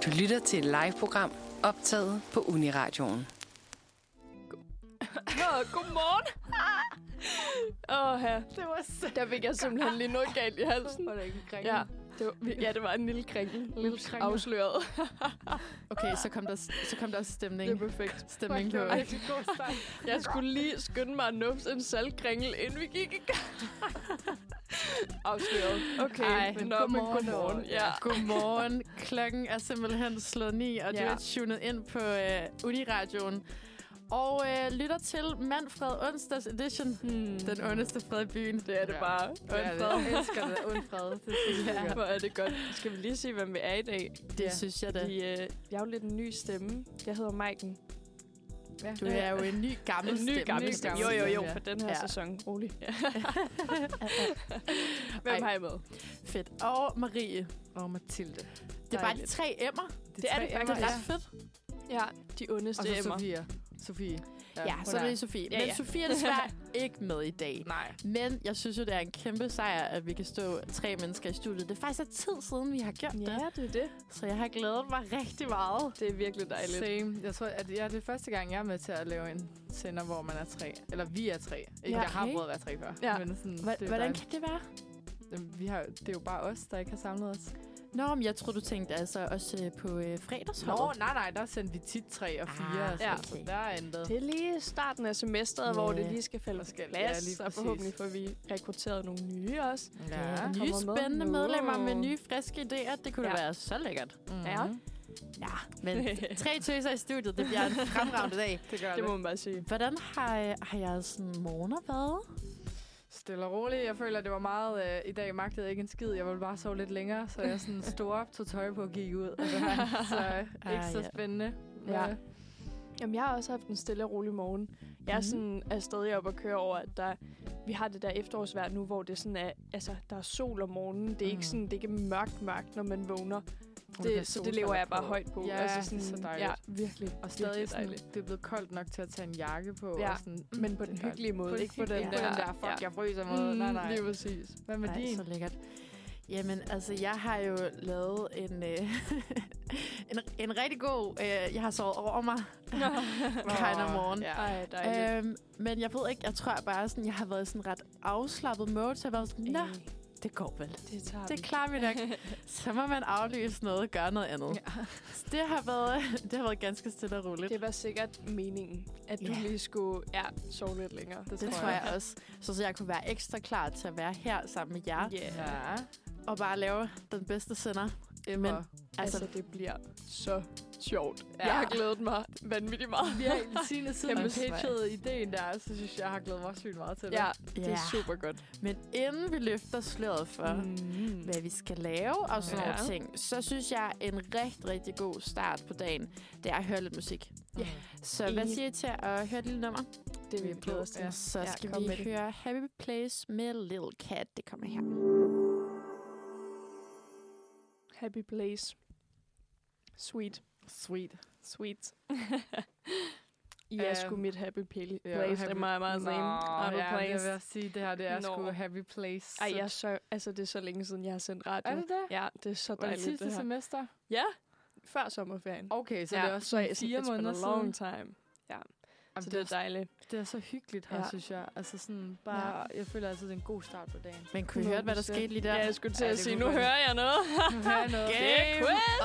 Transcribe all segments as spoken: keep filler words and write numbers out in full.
Du lytter til et live-program optaget på Uniradioen. Nå, godmorgen. Åh, her. Det var så... Der fik jeg simpelthen lige noget galt i halsen. Var det ikke en kringle? Ja, det var, ja, det var en lille kringle. En lille kringle. Afsløret. Okay, så kom der, så kom der også stemning. Det er perfekt. Stemning på. Jeg skulle lige skynde mig at nupse en saltkringle, inden vi gik i gang. Afsløret. Okay, Ej, men nå, godmorgen. Men godmorgen. Ja. Godmorgen. Klokken er simpelthen slået ni, og Ja. du er tunet ind på uh, Uniradioen. Og uh, lytter til Manfred Onsdags Edition. Hmm. Den ondeste fred i byen. Det er det Ja. bare. Det er det. Jeg elsker det. Undfred. Det synes jeg. Hvor er det godt. Skal vi lige sige, hvem vi er i dag? Det ja. synes jeg da. Fordi, øh, jeg er jo lidt en ny stemme. Jeg hedder Maiken. Ja. Du er jo en ny gammel En ny stemme. gammel stemme. Jo, jo, jo, Ja. for den her Ja. sæson. Rolig. Ja. Hvem Ej. har I med? Fedt. Og Marie. Og Mathilde. Det er bare de tre M'er. Det er det Det er faktisk. ret fedt. Ja, de ondeste Og så emmer. Sofia. Sofie. Ja, hun så er det Sofie. Ja, Men ja. Sofie er desværre ikke med i dag. Nej. Men jeg synes jo, det er en kæmpe sejr, at vi kan stå tre mennesker i studiet. Det er faktisk et tid siden, vi har gjort det. Ja, det er det. Så jeg har glædet mig rigtig meget. Det er virkelig dejligt. Same. Jeg tror, at ja, det er første gang, jeg er med til at lave en sender, hvor man er tre. Eller vi er tre. Ikke, Ja, jeg har okay. prøvet at være tre før. Ja. Men sådan, Hva- det er Hvordan dejligt. kan det være? Jamen, Vi har, det er jo bare os, der ikke har samlet os. Nå, men jeg tror du tænkte altså også øh, på øh, Nå, fredagsholdet. nej, nej, der sendte vi tit tre og fire. Ah, Ah, så, ja. så der er ændret. Det er lige starten af semesteret, Ja. hvor det lige skal falde på Skal- plads. ja, lige og præcis. forhåbentlig får vi rekrutteret nogle nye også. Ja, Ja. nye kommer med. spændende Nå. medlemmer med nye, friske idéer. Det kunne Ja. da være så lækkert. Mm-hmm. Ja. Ja, men tre tøser i studiet, det bliver en fremragende dag. Det gør Det det. må man bare sige. Hvordan har, øh, har jeg sådan morgener været? Stille og roligt. Jeg føler, at det var meget... Øh, I dag magtede jeg ikke en skid. Jeg ville bare sove lidt længere, så jeg sådan stod op, tog tøj på og gik ud. Og det var, så øh, ikke Ah, så ja. spændende. Ja. Øh, Jamen, jeg har også haft en stille og rolig morgen. Jeg er Mhm. sådan er stadig oppe og køre over, at der, vi har det der efterårsvejr nu, hvor det sådan er, altså, der er sol om morgenen. Det er Mm. ikke sådan, det er ikke mørkt mørkt, når man vågner. der er Det, så det lever solbriller jeg bare på. højt på. Ja, altså det er så dejligt. Ja, virkelig. Og stadig virkelig sådan, dejligt. det er blevet koldt nok til at tage en jakke på. Ja, og sådan, mm, men på det den er dejligt. hyggelige måde, På ikke på den hyggelige- der- den der, fuck, ja. jeg fryser måde. Mm, nej, nej. lige præcis. Hvad med Ej, din? så lækkert. Jamen, altså, jeg har jo lavet en, øh, en, en rigtig god... Øh, jeg har sovet over mig kind of morgen. Ja. Ej, dejligt. Øhm, men jeg ved ikke, jeg tror bare, sådan, jeg har været i sådan ret afslappet mode, så jeg har været sådan, nå, Ej, det går vel. det tager Det vi. klarer vi nok. Så må man aflyse noget og gøre noget andet. Ja. Så det har været, det har været ganske stille og roligt. Det var sikkert meningen, at du Ja. lige skulle ja, sove lidt længere. Det, Det tror jeg også. Så, så jeg kunne være ekstra klar til at være her sammen med jer. Yeah. Ja. Og bare lave den bedste sender. Ever. Men Altså, altså, det bliver så sjovt. Ja. Jeg har glædet mig vanvittigt meget. Virkelig, Signe, siden Kæmpe du smag. pitchede ideen der, så synes jeg, jeg har glædet mig sygt meget til det. Ja, det Ja. er super godt. men inden vi løfter sløret for, Mm. hvad vi skal lave og sådan Ja. nogle ting, så synes jeg, en rigtig, rigtig god start på dagen, det er at høre lidt musik. Ja. Så hvad Enig. siger I til at høre et lille nummer? Det vil Vi vi er glæde på, os til. ja. Så Ja, skal kom vi med det. høre Happy Place med Little Cat. Det kommer her. Happy Place. Sweet. Sweet. Sweet. I er sgu Øhm, mit happy pla- Ja, place. happy- Det må jeg meget sige. Nå, Happy ja, place. jeg vil også sige, det her det er Nå. sgu happy place. Ej, jeg er så, altså, det er så længe siden, jeg har sendt radio. Er det det? Ja, det er så Var det dejligt, sidste det her. semester? Ja, før sommerferien. Okay, så ja, det er også så sådan it's- fire it's been måneder a long siden. time. Ja, Jamen, så det, det er dejligt. det er så hyggeligt her, Ja. synes jeg. Altså sådan bare, jeg føler altid, det er en god start på dagen. Men kunne I høre, hvad der skete lige der? Ja, jeg skulle til Ja, at det sige, kunne nu godt. hører jeg noget. Nu hører jeg noget. Det er quiz!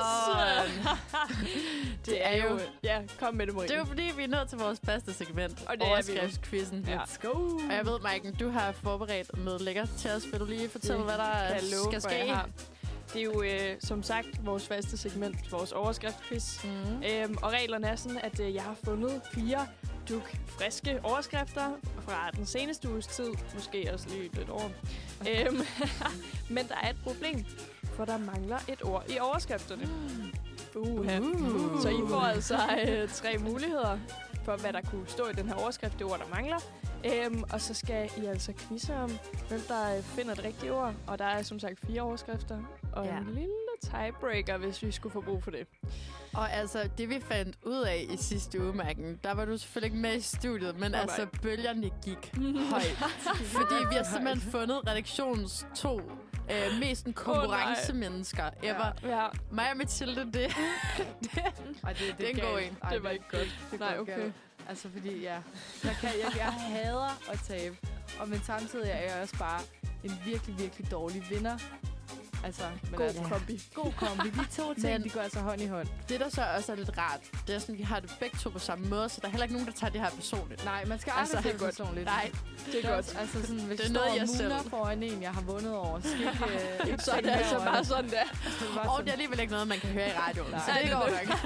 Og det er jo... Ja, kom med det, Marie. det er jo fordi, vi er nået til vores bedste segment. Og det er vi jo. Overskriftsquizzen. Ja. Let's go! Og jeg ved, Maiken, du har forberedt noget lækkert til os. Vil du lige fortælle, Det hvad der kan jeg love skal for, ske? jeg har. Det er jo øh, som sagt vores faste segment, vores overskriftsquiz. Mm. Øhm, og reglerne er sådan, at øh, jeg har fundet fire duk friske overskrifter fra den seneste uges tid. Måske også lige lidt over. øhm, men der er et problem, for der mangler et ord i overskrifterne. Uh, Uh. Så I får altså øh, tre muligheder for, hvad der kunne stå i den her overskrift, det ord, der mangler. Øhm, og så skal I altså quizze om, hvem der øh, finder det rigtige ord. Og der er som sagt fire overskrifter. Og Ja. en lille tiebreaker, hvis vi skulle få brug for det. Og altså, det vi fandt ud af i sidste uge, Maiken, der var du selvfølgelig ikke med i studiet, men Nej, altså, nej. bølgerne gik højt. Fordi vi har simpelthen fundet redaktionens to øh, mest en konkurrencemennesker oh, ever. Ja. Mig og Mathilde, det, det, Ej, det, det, det er en god en. Ej, Det var ikke godt. Det Nej, går okay. galt. Altså, fordi, ja. Jeg, kan, jeg, jeg hader at tabe. Og men samtidig er jeg også bare en virkelig, virkelig dårlig vinder. Altså, men God altså, kombi. God kombi. De to ting, Men- de går altså hånd i hånd. det, der så også er lidt rart, det er sådan, vi har det begge to på samme måde, så der er heller ikke nogen, der tager det her personligt. Nej, man skal Altså, aldrig det tage er det personligt. Nej, Det er godt. Altså, sådan, hvis Det er du noget, står jeg og selv- muner foran en, jeg har vundet over, så skal ikke, øh, ikke Så er det tænke altså over bare det. sådan der. Så er det bare og sådan, det er alligevel ikke noget, man kan høre i radioen. Nej. Så det Nej, går det er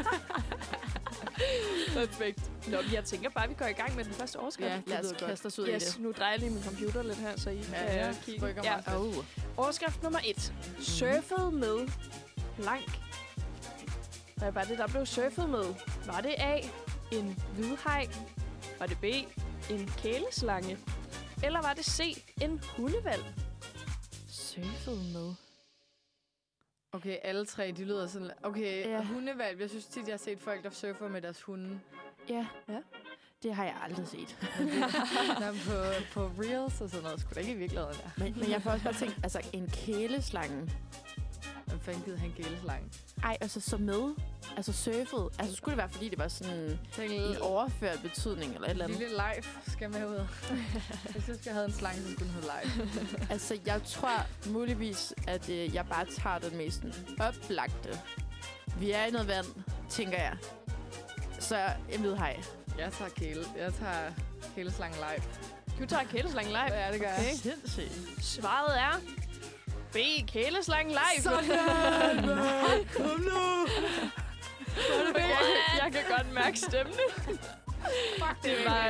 nok. Perfekt. Nå, jeg tænker bare, at vi går i gang med den første overskrift. Ja, lad os lyder godt. kaste os ud i Yes, det. nu drejer jeg lige min computer lidt her, så I kan Ja, ja. øh, kigge. Rykker Ja. mig. Oh. Overskrift nummer et. Surfet med blank. Hvad var det, der blev surfet med? Var det A, en hvidhaj? Var det B, en kæleslange? Eller var det C, en hundevalg? Surfet med. Okay, alle tre, de lyder sådan... Okay, Ja. ja. hundevalg. Jeg synes tit, jeg har set folk, der surfer med deres hunde. Ja, Ja. det har jeg aldrig set. Nå, på, på Reels og sådan noget. Skulle da ikke i virkeligheden, ja. Men, men jeg får også bare tænkt, altså en kæleslange. Hvem fanden gider han gæleslange? Ej, altså så med. Altså surfet. Altså skulle det være, fordi det var sådan Tænk, en overført betydning eller et eller andet. lille life skal med ud. Jeg synes, jeg havde en slange, som skulle hedde life. Altså jeg tror muligvis, at øh, jeg bare tager den mest sådan oplagte. Vi er i noget vand, tænker jeg. Så en hvidhaj. Jeg tager kæle. Jeg tager kæleslange live. Du tager kæleslangen live. Ja, det gør jeg. Okay. Sindssygt. Svaret er B, kæleslangen live. Sådan! Kom nu! jeg, jeg kan godt mærke stemningen. Fuck, Det var...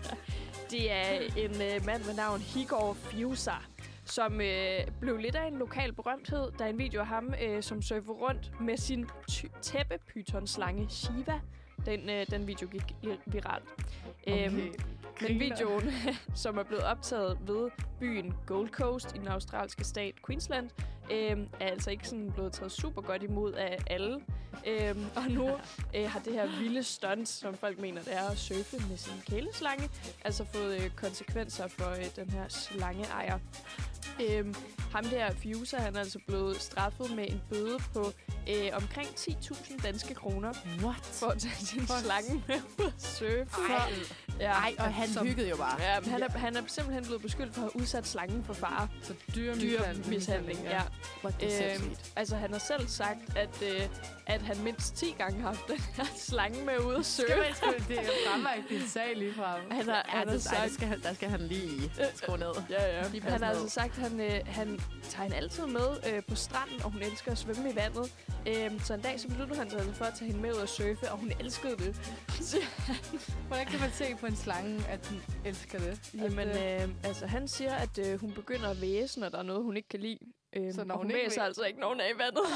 Det er en øh, mand med navn Higor Fjusar, som øh, blev lidt af en lokal berømthed. Der er en video af ham, øh, som surfer rundt med sin tæppepythonslange Shiva. Den, øh, den video gik li- viralt. Øhm, men videoen, som er blevet optaget ved byen Gold Coast i den australske stat Queensland, øhm, er altså ikke sådan blevet taget super godt imod af alle. Øhm, og nu øh, har det her vilde stunt, som folk mener, det er at surfe med sin kæleslange, altså fået øh, konsekvenser for øh, den her slangeejer. Øhm, ham der, Fuser, han er altså blevet straffet med en bøde på øh, omkring ti tusind danske kroner What? for at tage sin slange med ud at surfe. Ej, Ja. Ej og han Som- hyggede jo bare. Ja, men han er, han er simpelthen blevet beskyldt for at have udsat slangen for fare. Så dyre Dyremishandling, ja. What, det er Øhm, sindssygt. altså, han har selv sagt, at, øh, at han mindst ti gange har haft den her slange med ud at surfe. Skal man sgu, det fremmer ikke din sag lige fra. Han har, Ja, han har det, ej, sagt... det skal, han- der skal han lige skrue ned. Ja, ja. Lige Han passe har ned. altså sagt, at han, øh, han tager hende altid med øh, på stranden, og hun elsker at svømme i vandet. Øhm, så en dag så besluttede han sig altså for at tage hende med ud at surfe, og hun elskede det. Så, Hvordan kan man se på en slange, at den elsker det? jamen, At, øh, altså, han siger, at øh, hun begynder at væse, når der er noget, hun ikke kan lide. Øhm, Så når og hun hun ikke væser vil- altså ikke nogen af i vandet.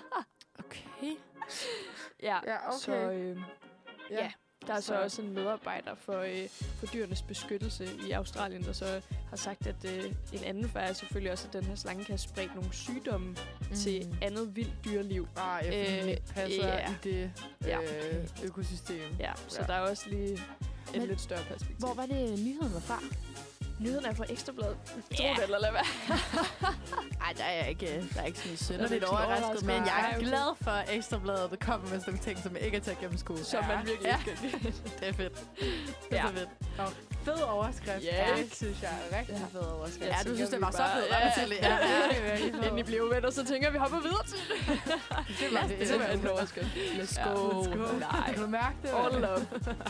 Okay. ja, Ja, okay. så øh, ja. Der er så, Så- også en medarbejder for, øh, for dyrenes beskyttelse i Australien, der så har sagt, at øh, en anden fare er selvfølgelig også, at den her slange kan sprede nogle sygdomme mm. til andet vildt dyreliv. Ah, jeg finder, Øh, den ikke passer ja. i det Ja. øh, økosystem. Ja, så Ja. der er også lige et Men lidt større perspektiv. Hvor var det, nyheden var fra? Nyheden er fra Ekstrabladet. Tro Ja. det eller lad være. Ej, der er jeg ikke, der er ikke sådan synderligt ikke sådan overrasket, overrasket. men jeg Nej, er okay. glad for, at Ekstrabladet det kommer med sådan nogle ting, som ikke er til at gennemskue. Som man virkelig Ja. ikke kan lide. Det er fedt. Det er Ja. så fedt. Fed overskrift. Ja. Det synes jeg er rigtig Ja. fed overskrift. Ja, du tænker, synes, det vi var så bare- fedt, ja, ja, Mathilde. Ja, ja. Inden I bliver venner, så tænker jeg, at vi hopper videre til det. Det var det. Det var en overskrift. Let's Ja, go. let's go. Nej. Kan du mærke det? All love.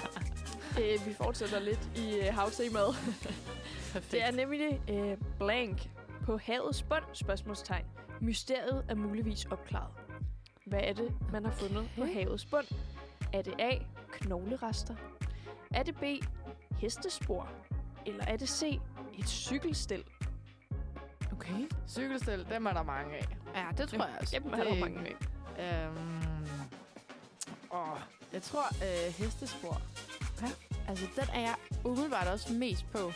øh, vi fortsætter lidt i uh, havtemaet. Perfekt. Det er nemlig øh, blank på havets bund, spørgsmålstegn. Mysteriet er muligvis opklaret. Hvad er det, man har fundet på Okay. havets bund? Er det A, knoglerester? Er det B, hestespor? Eller er det C, et cykelstel? Okay. Cykelstel, dem er der mange af. Ja, det tror jeg også. Dem er Det der er mange af. Øhm, åh, jeg tror øh, hestespor. Altså, den er jeg umiddelbart også mest på.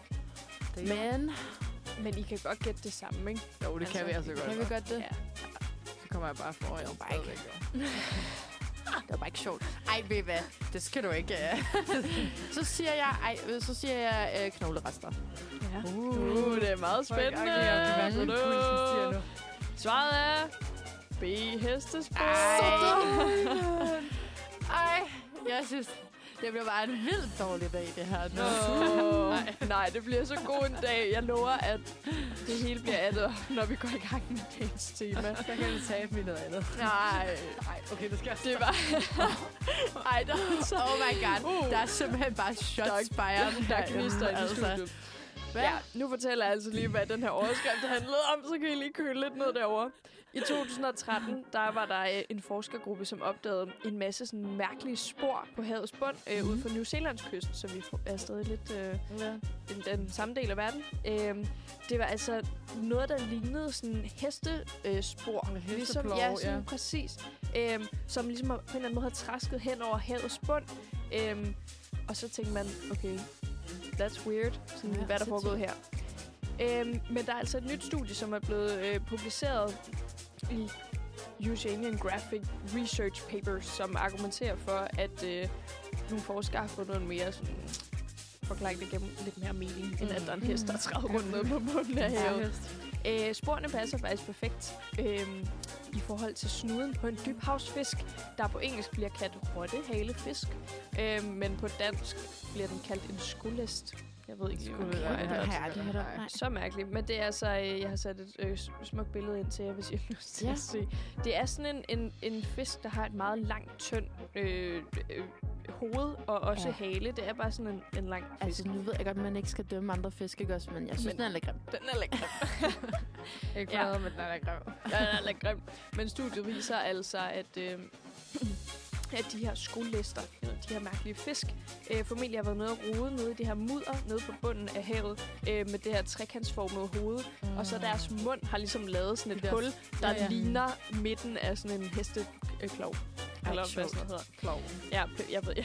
Det Men Men I kan godt gætte det samme, ikke? Jo, det kan vi altså godt. kan vi godt det? Ja. Så kommer jeg bare foran. Det er jo bare ikke. stadigvæk, jo. Det var bare ikke sjovt. Ej, ved I hvad? Det skal du ikke. så siger jeg, ej, så siger jeg øh, knoglerester. Ja. Uh, uh, det er meget spændende. Okay, jeg kan mærke, at pulsen stiger nu. Svaret er B. Hestespor. Ej. Ej, jeg synes, det bliver bare en vildt dårlig dag, det her. Oh, nej. nej, det bliver så god en dag. Jeg lover, at det hele bliver andet, når vi går i gang med dagens tema. Så kan du tabe mig noget andet. Nej. Nej, okay, det skal jeg Det var... Ej, der er så... Oh my god, uh. der er simpelthen bare shots fired. Der er knister i studiet. Ja, nu fortæller jeg altså lige, hvad den her overskrift handlede om, så kan I lige køle lidt ned derovre. I to tusind og tretten, der var der øh, en forskergruppe, som opdagede en masse sådan mærkelige spor på havets bund øh, mm. ude for New Zealands kyst, som vi er stadig lidt øh, ja. den, den samme del af verden. Øh, det var altså noget, der lignede sådan hestespor. Øh, ligesom, ja, sådan ja. præcis. Øh, som ligesom på en eller anden måde havde trasket hen over havets bund. Øh, og så tænkte man, okay, that's weird, sådan, ja, hvad der foregået her. Øhm, men der er altså et nyt studie, som er blevet øh, publiceret i Oceanographic Research Papers, som argumenterer for, at øh, nogle forskere har fundet en mere sådan, forklaring, det giver lidt mere mening, mm. end at der er en hest, der er træet rundt ned på bunden af havet. Øh, sporene passer faktisk perfekt øh, i forhold til snuden på en dybhavsfisk, der på engelsk bliver kaldt rottehalefisk, øh, men på dansk bliver den kaldt en skulest. Jeg ved ikke lige, hvad det er. Så mærkeligt. Men det er altså, jeg har sat et øh, smukt billede ind til jer, hvis I har lyst til ja. at se. Det er sådan en, en, en fisk, der har et meget langt, tynd øh, øh, hoved og også ja. hale. Det er bare sådan en, en lang fisk. Altså, nu ved jeg godt, at man ikke skal dømme andre fisk, ikke også? Men jeg synes, men, den er lidt grim. Den er lidt grim. Ikke for noget, men den er lidt grim. Ja, den er lidt grim. Men studiet viser altså, at... Øh, at de her skuldlister, eller de her mærkelige fisk, øh, formentlig har været nede og rode nede i det her mudder, nede på bunden af havet, øh, med det her trekantsformede hoved. Mm. Og så deres mund har ligesom lavet sådan et der, hul, der ja, ja. ligner midten af sådan en hesteklov. Øh, eller hvad sådan hedder. Klov. Ja, jeg ved.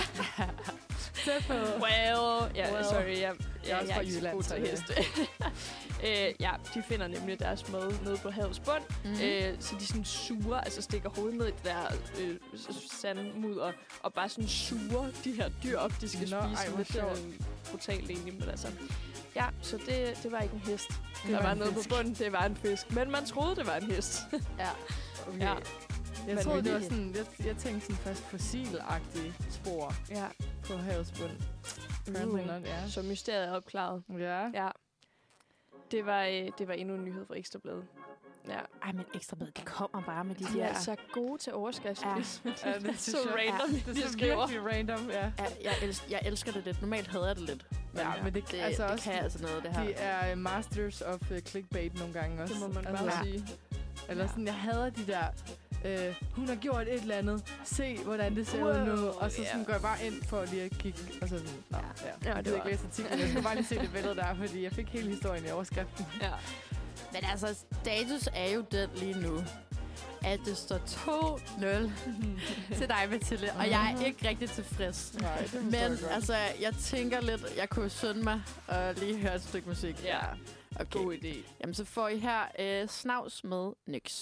Well, ja, well. sorry, jeg, jeg, jeg, jeg er ikke så god til det. heste. øh, ja, de finder nemlig deres mad nede på havets bund, mm-hmm. øh, så de sådan suger, altså stikker hovedet ned i det der øh, sandmudder, og bare sådan suger de her dyr op, de skal Nå, spise. Ej, lidt øh, brutalt egentlig, men altså. Ja, så det, det var ikke en hest, det der var, var nede på bunden, det var en fisk. Men man troede, det var en hest. ja, okay. ja. Jeg troede, det var sådan, jeg, jeg tænkte sådan først fossilagtige spor ja. på havets bund. Uh, ja. Så mysteriet er opklaret. Ja. ja. Det var, øh, det var endnu en nyhed fra Ekstrabladet. Ja. Ej, men Ekstrabladet, de kommer bare med de, de der... De er altså gode til overskrifter. Ja. ja, det er så random, ja, det er så virkelig random, ja. ja jeg, elsker, jeg elsker det lidt. Normalt hader jeg det lidt. Men, ja, men det, det, altså det også, kan altså noget, det her. De er masters of uh, clickbait nogle gange også. Det må man altså, bare sige. Eller ja. sådan, jeg hader de der... Uh, hun har gjort et eller andet. Se, hvordan det ser wow, ud nu. Og så sådan, yeah. går jeg bare ind for lige at kigge. Og så sådan, ja. ja. Jeg ved ikke læse artiklen. Jeg skal bare lige se det billede der, fordi jeg fik hele historien i overskriften. Ja. Men altså, status er jo den lige nu, at det står to nul til dig, Mathilde. Og jeg er ikke rigtig tilfreds. Nej, det Men jeg altså, jeg tænker lidt, jeg kunne sunde mig og lige høre et stykke musik. Ja, okay. God idé. Jamen, så får I her øh, snavs med Nyx.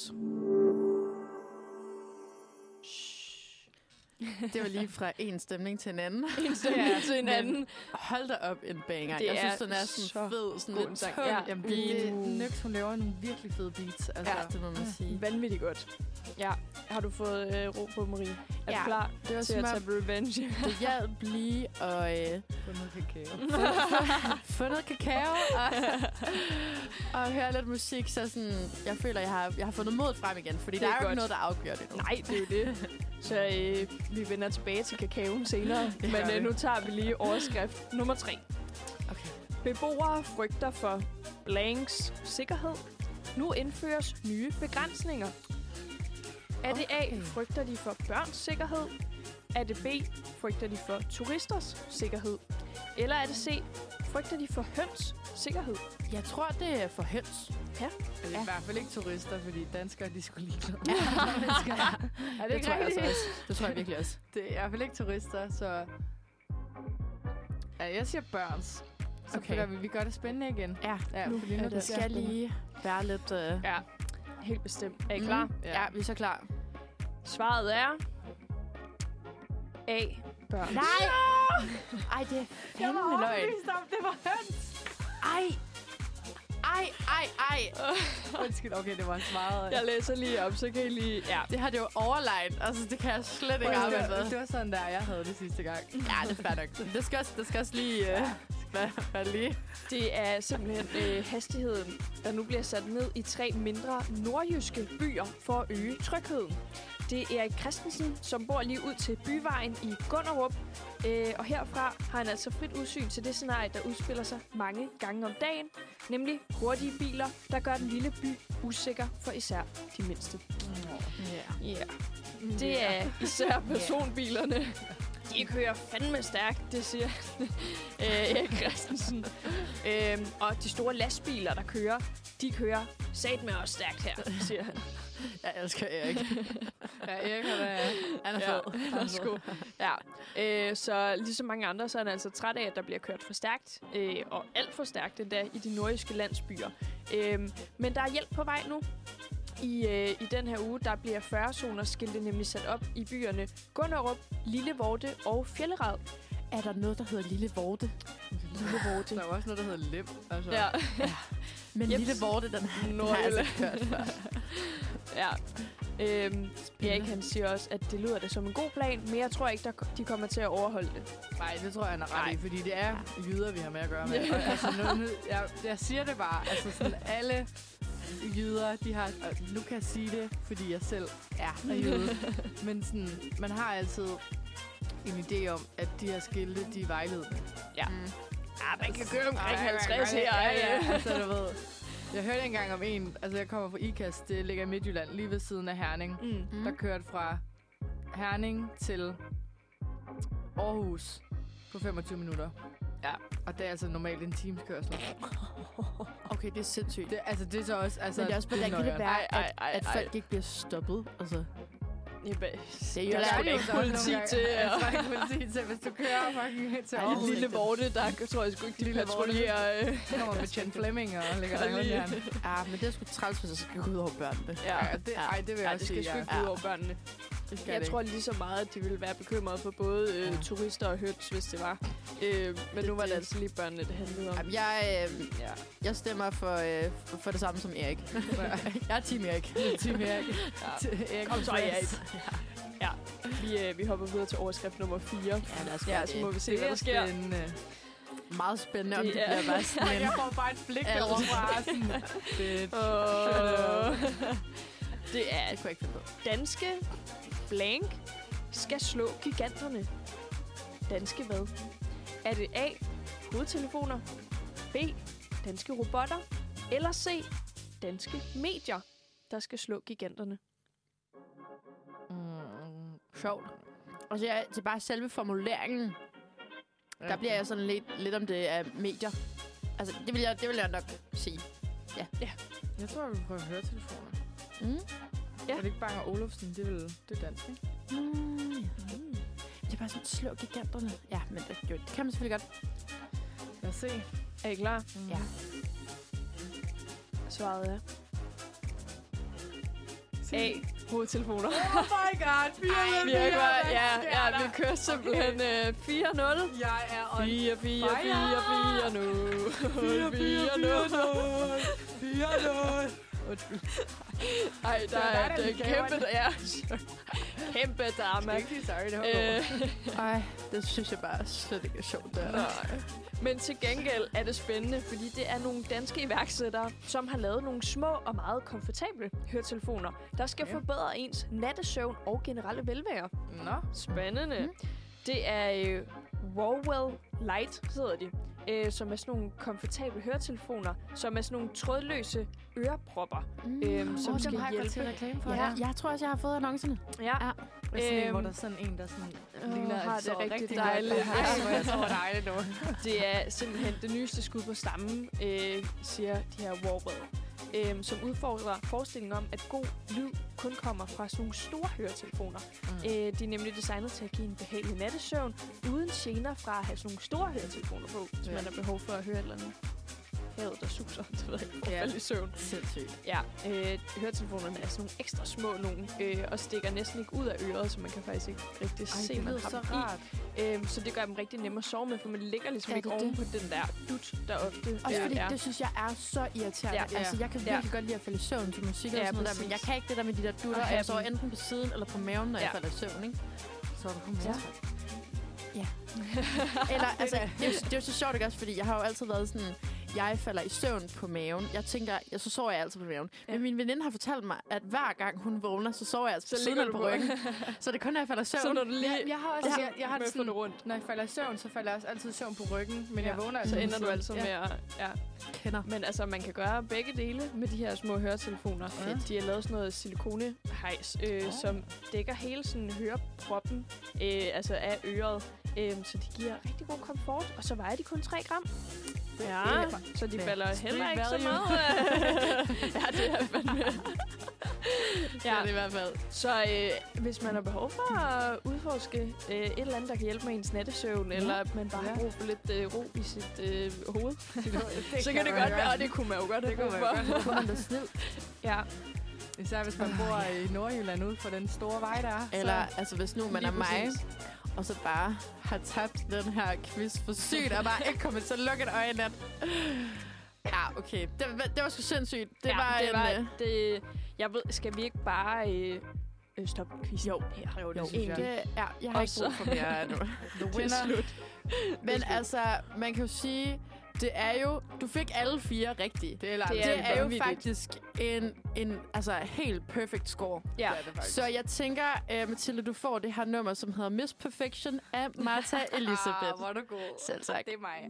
Det var lige fra en stemning til en anden. En stemning ja, til en anden. Hold da op en banger. Det jeg synes, den er sådan så fed. Sådan lidt tung. Ja. Jamen, beat. Uh. Nyx, hun laver nogle virkelig fede beats. Altså, ja, det må man sige. Vanvittigt godt. Ja. Har du fået øh, ro på, Marie? Er ja. du klar det var til at tage revenge? Det hjalp lige at... Øh, få noget kakao. Få noget kakao. Og, og høre lidt musik. Så sådan, jeg føler, jeg har, jeg har fundet mod frem igen. Fordi der er jo ikke noget, der afgør det nu. Nej, det er jo det. Så øh, vi vender tilbage til kakaoen senere. Men øh, nu tager vi lige overskrift nummer tre. Okay. Beboere frygter for blanks sikkerhed. Nu indføres nye begrænsninger. Er det A, frygter de for børns sikkerhed? Er det B, frygter de for turisters sikkerhed? Eller er det C, frygter de for høns sikkerhed? Jeg tror, det er for høns. Ja. Det er ja. i hvert fald ikke turister, fordi danskere, de skulle lige klare. Ja. Er det ikke det rigtigt? Tror det tror jeg virkelig også. Det er i hvert fald ikke turister, så... Ja, jeg siger børns. Så okay. føler vi, vi gør det spændende igen. Ja, ja nu fordi nu det skal lige være lidt... Uh... Ja, helt bestemt. Er I klar? Mm. Ja. ja, vi er så klar. Svaret er A. Børn. Nej! Ej, det er fandme løgn. om, det var høns. Ej! Ej, ej, ej. Undskyld, okay, det var meget... Jeg læser lige op, så kan I lige... Ja. Det her, det var overlegnet. Altså, det kan jeg slet ikke arbejde med. Det var sådan, der jeg havde det sidste gang. Ja, det er fair nok. Det skal også, det skal også lige... Uh, hvad, hvad lige? Det er simpelthen øh, hastigheden, der nu bliver sat ned i tre mindre nordjyske byer for at øge trygheden. Det er Erik Christensen, som bor lige ud til Byvejen i Gunderup. Øh, og herfra har han altså frit udsyn til det scenarie, der udspiller sig mange gange om dagen. Nemlig hurtige biler, der gør den lille by usikker for især de mindste. Ja. Yeah. Det er især personbilerne. De kører fandme stærkt, det siger øh, Erik Christensen. øhm, og de store lastbiler, der kører, de kører satme også stærkt her, siger han. Jeg elsker Erik. Ja, Erik er da... Han er Ja, fed. værsgo. Ja, øh, så ligesom mange andre, så er han altså træt af, at der bliver kørt for stærkt, øh, og alt for stærkt endda i de nordjyske landsbyer. Øh, men der er hjælp på vej nu. I, øh, I den her uge, der bliver fyrre zoner skilte nemlig sat op i byerne Gunderup, Lille Vorte og Fjellerad. Er der noget, der hedder Lille Vorte? Lille Vorte. Der er også noget, der hedder Lem. Altså. Ja. Men Jeps. Lille Vorte, den, den har jeg Nordjylland. altså hørt før. Ja. Øhm, Erik, han siger også, at det lyder da som en god plan, men jeg tror ikke, der, de kommer til at overholde det. Nej, det tror jeg, han er ret Nej. i, fordi det er jyder, vi har med at gøre med. Og, altså, nu, nu, jeg, jeg siger det bare, altså sådan alle jyder, de har... Og nu kan jeg sige det, fordi jeg selv er jyde. Men sådan, man har altid en idé om, at de her skilte, de er vejledende. Ja. Mm. Ah, man kan køre omkring Ej, halvtreds her. Ja, ja, altså du ved. Jeg hørte engang om en, altså jeg kommer fra Ikast, det ligger i Midtjylland, lige ved siden af Herning. Mm. Mm. Der kørte fra Herning til Aarhus på femogtyve minutter. Ja. Og det er altså normalt en times kørsel. Okay, det er sindssygt. Det, altså, det er så også... Altså, Men det er også, hvordan kan det nøjeren. være, Ej, ej, at, ej, at ej. folk ikke bliver stoppet? Altså, Det det er jo Der er der sgu da ikke politi til. Jeg og- tror ikke politi til, hvis du kører fucking til Ej, Aarhus. Lille Vorte, der tror jeg sgu ikke, de Lille Vorte. patruljerer. Øh. Så kommer med Chen Fleming og lægger der Og rundt lige- jern. ja, men det er sgu træls, hvis jeg skal gå ud over børnene. Ja, Ja, det, ej, det vil jeg ja, også det skal sige, sgu ja. ikke gå ud over børnene. Det skal Jeg det tror lige så meget, at de ville være bekymrede for både øh, turister og høns, hvis det var. Øh, men nu var det det- altså lige børnene, det handlede om. Jamen, jeg, øh, Ja. jeg stemmer for, øh, for, for det samme som Erik. Jeg er team Erik. Team Erik. Ja. Erik Kom så, Friends. Erik. Ja, vi, øh, vi hopper videre til overskrift nummer fire. Ja, lad os Ja, gøre så det. må vi se, Det hvad er der sker. spændende. Meget spændende, om Det det er- bliver bare sådan en... Jeg får bare et blik Alt. derovre fra sådan... Bitch. Åh. Det er Det kunne jeg ikke finde på. danske blank skal slå giganterne. Danske hvad? Er det A. Hovedtelefoner, B. Danske robotter, eller C. Danske medier, der skal slå giganterne? Mm, sjovt. Og så er det bare selve formuleringen. Ja. Der bliver jeg sådan lidt, lidt om det af medier. Altså, det vil jeg, det vil jeg nok sige. Jeg tror, vi prøver at høre telefoner. Mm. Ja. Er det ikke Bang og Olufsen? Det er vel det er dansk, ikke? Mm, ja. Mm. Det er bare sådan, slå giganterne. Ja, men det, jo, det kan man selvfølgelig godt. Lad os se. Er I klar? Mm. Ja. Svaret er A. Hovedtelefoner. Oh my god, fire Vi er klar. Ja, ja, vi kører simpelthen øh, fire nul. Jeg er on fire fire fire. fire fire nu. fire nul. fire nul. Undskyld. Ej, der Det var er dig, der et lige kæmpe, gav ja, kæmpe Jeg drama. skal ikke sige sorry, det håber Øh, Ej, det synes jeg bare slet ikke er sjovt. Der. nej. Men til gengæld er det spændende, fordi det er nogle danske iværksættere, som har lavet nogle små og meget komfortable høretelefoner, der skal Ja. forbedre ens nattesøvn og generelle velvære. Nå. Spændende. Mm. Mm. Det er øh, Wowell Light, hedder de, øh, som er sådan nogle komfortable høretelefoner, som er sådan nogle trådløse ørepropper. Mm. Øhm, som Åh, skal dem har jeg godt hjælpe. til reklame for. Ja. Ja. Jeg tror også, jeg har fået annoncerne. Ja. Ja. Hvad sådan en, hvor Øhm, der er sådan en, der sådan åh, ligner, har at det så rigtig godt. dejligt. Ej, hvor jeg så dejligt nu. Det er simpelthen det nyeste skud på stammen, øh, siger de her Wowell, øh, som udfordrer forestillingen om, at god lyd kun kommer fra sådan nogle store høretelefoner. Mm. Øh, de er nemlig designet til at give en behagelig nattesøvn, uden gener fra at have sådan nogle store høretelefoner på, hvis Ja. man har behov for at høre et eller andet. havet, der suser. Det ved jeg ikke, for Ja. at falde i søvn. Sindssygt. Ja, øh, høretelefonerne er sådan nogle ekstra små nogle, øh, og stikker næsten ikke ud af øret, så man kan faktisk ikke rigtig Ej, se, det man lyder har så dem rart. i. Øh, så det gør dem rigtig nemme at sove med, for man ligger ligesom Ja, ikke det er oven på den der dut, der ofte Også fordi er. det synes jeg er så irriterende. Ja. Ja. Altså, jeg kan Ja. virkelig godt lide at falde i søvn til musik og Ja, sådan noget der, men præcis. jeg kan ikke det der med de der dutter, Og og have jeg sover dem. enten på siden eller på maven, når Ja. jeg falder i søvn, ikke? Så er det på Ja. maven. Ja. Eller, altså, det er, jo, det er jo så sjovt, ikke også? Fordi jeg har jo altid været sådan, jeg falder i søvn på maven. Jeg tænker, ja, så sover jeg altid på maven. Ja. Men min veninde har fortalt mig, at hver gang hun vågner, så sover jeg altså Så på siden ligger eller du på på ryggen. Så det er kun, når jeg falder i søvn. Så når du lige Jeg, jeg har også, Ja. jeg, jeg har det møffer sådan, det rundt, når jeg falder i søvn, så falder jeg også altid i søvn på ryggen, men Ja. jeg vågner så altså ender du på altså siden. med at... Ja. kender. Men altså, man kan gøre begge dele med de her små høretelefoner. Ja. De har lavet sådan noget silikonehejs, øh, Oh. som dækker hele sådan høreproppen øh, altså af øret. Øh, så de giver rigtig god komfort, og så vejer de kun tre gram. Ja, er- så de Ja. falder heller ikke så value. meget. Ja, det er fandme. Ja, det er det i hvert fald. Så øh, hvis man har behov for at udforske øh, et eller andet, der kan hjælpe med ens nattesøvn, ja. eller at man bare Ja. har brug for lidt øh, ro i sit øh, hoved, det så kan det man godt gøre. være, og det kunne man jo godt have kunne brug man for. Så er man da sned. Ja, Især hvis man bor i Nordjylland ude på den store vej, der er. Eller altså, hvis nu man Lige er mig, præcis. og så bare har tabt den her quiz for sygt, og bare ikke kommet til at lukke et øje i nat. Ja, okay. Det, var- det var sgu sindssygt. Det ja, var det en... var, øh, det, jeg ved, skal vi ikke bare øh, øh, stoppe quizzen Jo. her? Jo, det Jo, synes jeg. det, ja, jeg har Og ikke så- brug for mere nu. The Det er winner. slut. Men altså, man kan jo sige, det er jo... Du fik alle fire rigtige. Det er, Det Det er jo vanvittigt. faktisk en, en altså, helt perfect score. Ja. Det er det faktisk. Så jeg tænker, uh, Mathilde, du får det her nummer, som hedder Miss Perfection af Martha Elisabeth. Ah, hvor er du god. Selv tak. Det er mig.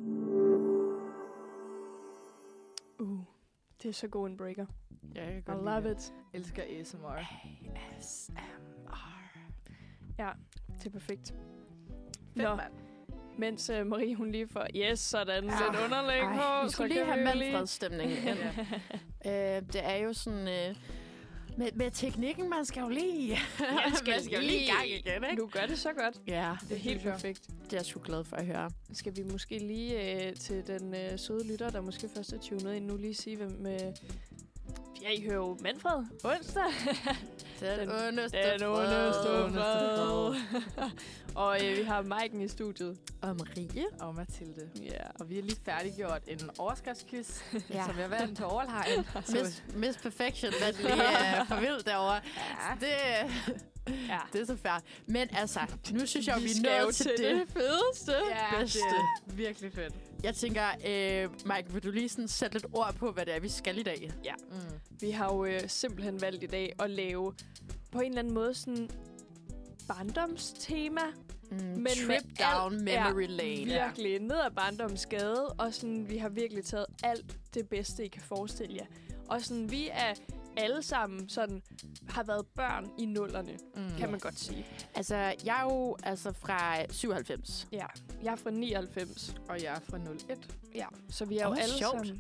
Uh, det er så god en breaker. Ja, jeg I love it. Jeg elsker A S M R. A S M R. Ja, det er perfekt. Fedt, Nå, mand. mens uh, Marie, hun lige får, yes, sådan, Ja. lidt underlæg på. Ej, vi så skulle lige kan have vi jo lige- Manfred-stemning igen. Ja. øh, det er jo sådan... Øh, med, med teknikken, man skal jo lige... Man skal, man skal jo lige i gang igen, ikke? Du gør det så godt. Ja, Det er helt synes jeg. perfekt. det er jeg sgu glad for at høre. Skal vi måske lige øh, til den øh, søde lytter, der måske først er tunet ind nu, lige sige, hvem... Øh, ja, I hører jo Manfred onsdag. Den, Den- ondeste Den ondeste fred. fred. Og øh, vi har Maiken i studiet. Og Marie. Og Mathilde. Ja. Og vi har lige færdiggjort en overskriftsquiz, Ja. som jeg vandt til overlejen. Miss, Miss Perfection, hvad det lige er for vildt derovre. Ja. Det, Ja. det er så fair. Men altså, nu synes jeg, vi, Vi er skal jo nået til det. det fedeste. Ja, bedste. det er virkelig fedt. Jeg tænker, øh, Mike, vil du lige sådan sætte lidt ord på, hvad det er, vi skal i dag? Mm. Vi har jo øh, simpelthen valgt i dag at lave på en eller anden måde sådan barndomstema. Mm, Men trip med down alt- memory ja, lane. Virkelig ned ad barndomsgade, og sådan, vi har virkelig taget alt det bedste, I kan forestille jer. Og sådan, vi er alle sammen sådan, har været børn i nullerne, Mm. kan man godt sige. Altså, jeg er jo altså fra syvoghalvfems. Ja, jeg er fra nioghalvfems. Og jeg er fra nul et. Ja, så vi er jo Åh, alle sjovt. sammen.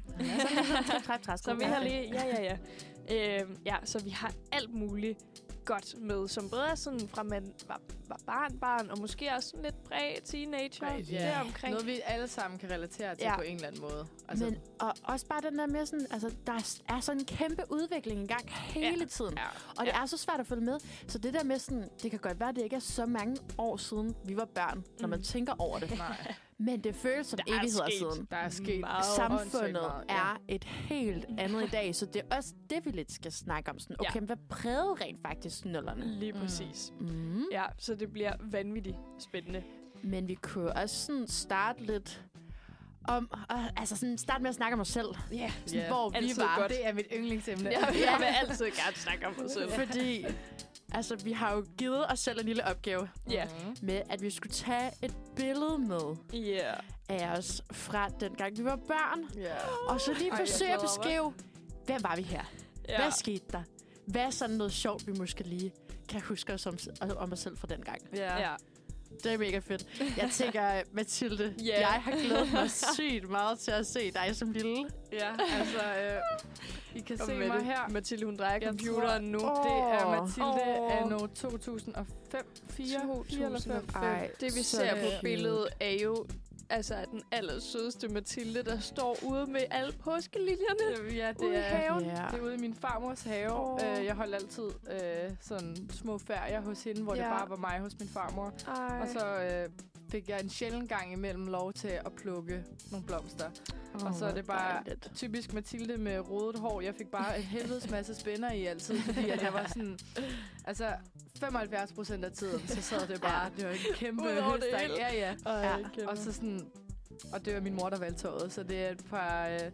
Træt, Så vi har lige, ja, ja, ja. Øhm, ja, så vi har alt muligt godt med, som både er sådan fra man var, var barn, barn, og måske også sådan lidt præ-teenager Right, ja. deromkring. Noget, vi alle sammen kan relatere til Ja. på en eller anden måde. Altså, men og også bare den der med sådan, altså, der er sådan en kæmpe udvikling i gang hele Ja. tiden. Ja. Og det er så svært at følge med. Så det der med sådan, det kan godt være, at det ikke er så mange år siden, vi var børn, når man Mm. tænker over det. Nej, Men det føles som Der er evigheder sket siden. der er sket Meget. Samfundet åndssvagt meget, ja. er et helt andet i dag, så det er også det, vi lidt skal snakke om. Sådan, Ja. okay, hvad prægede rent faktisk nullerne? Lige Mm. præcis. Mm. Ja, så det bliver vanvittigt spændende. Men vi kunne også sådan starte lidt om, uh, altså sådan starte med at snakke om os selv. Ja, Sådan, Ja. hvor vi Altid var. godt. Det er mit yndlingsemne. jeg, jeg vil altid gerne snakke om mig selv. Fordi, altså, vi har jo givet os selv en lille opgave Ja. Mm. med, at vi skulle tage et billede med Ja. af os fra dengang vi var børn. Ja. Og så lige Ej, jeg forsøge at glæder mig. beskrive, hvem var vi her? Ja. Hvad skete der? Hvad er sådan noget sjovt, vi måske lige kan huske os om, om os selv fra dengang? Ja. Ja. Det er mega fedt. Jeg tænker, Mathilde, Ja. jeg har glædet mig sygt meget til at se dig som lille. Ja, altså, øh, I kan Kom se med mig det. her. Mathilde, hun drejer Jeg computeren nu. Åh. Det er Mathilde Åh. anno to tusind og fem, fire, fire eller fem. to tusind og fem. Ej, Det vi så ser på cute. billedet er jo altså er den allersødeste Mathilde, der står ude med alle påskeliljerne. Ja, det ude i er, haven. Ja. det er ude i min farmors have. Åh. Øh, jeg holdt altid øh, sådan små ferier hos hende, hvor Ja. det bare var mig hos min farmor. Ej. Og så øh, fik jeg en sjælden gang imellem lov til at plukke nogle blomster. Oh, og så er det bare dejligt. typisk Mathilde med rodet hår. Jeg fik bare en helvedes masse spænder i altid, fordi at jeg var sådan... Altså, femoghalvfjerds procent af tiden, så sad det bare... Det var en kæmpe Udover det høstak. hele. Ja, ja. Ej, Ja. kæmpe. Og så sådan... Og det var min mor, der valgte tøjet, så det er et par... Øh,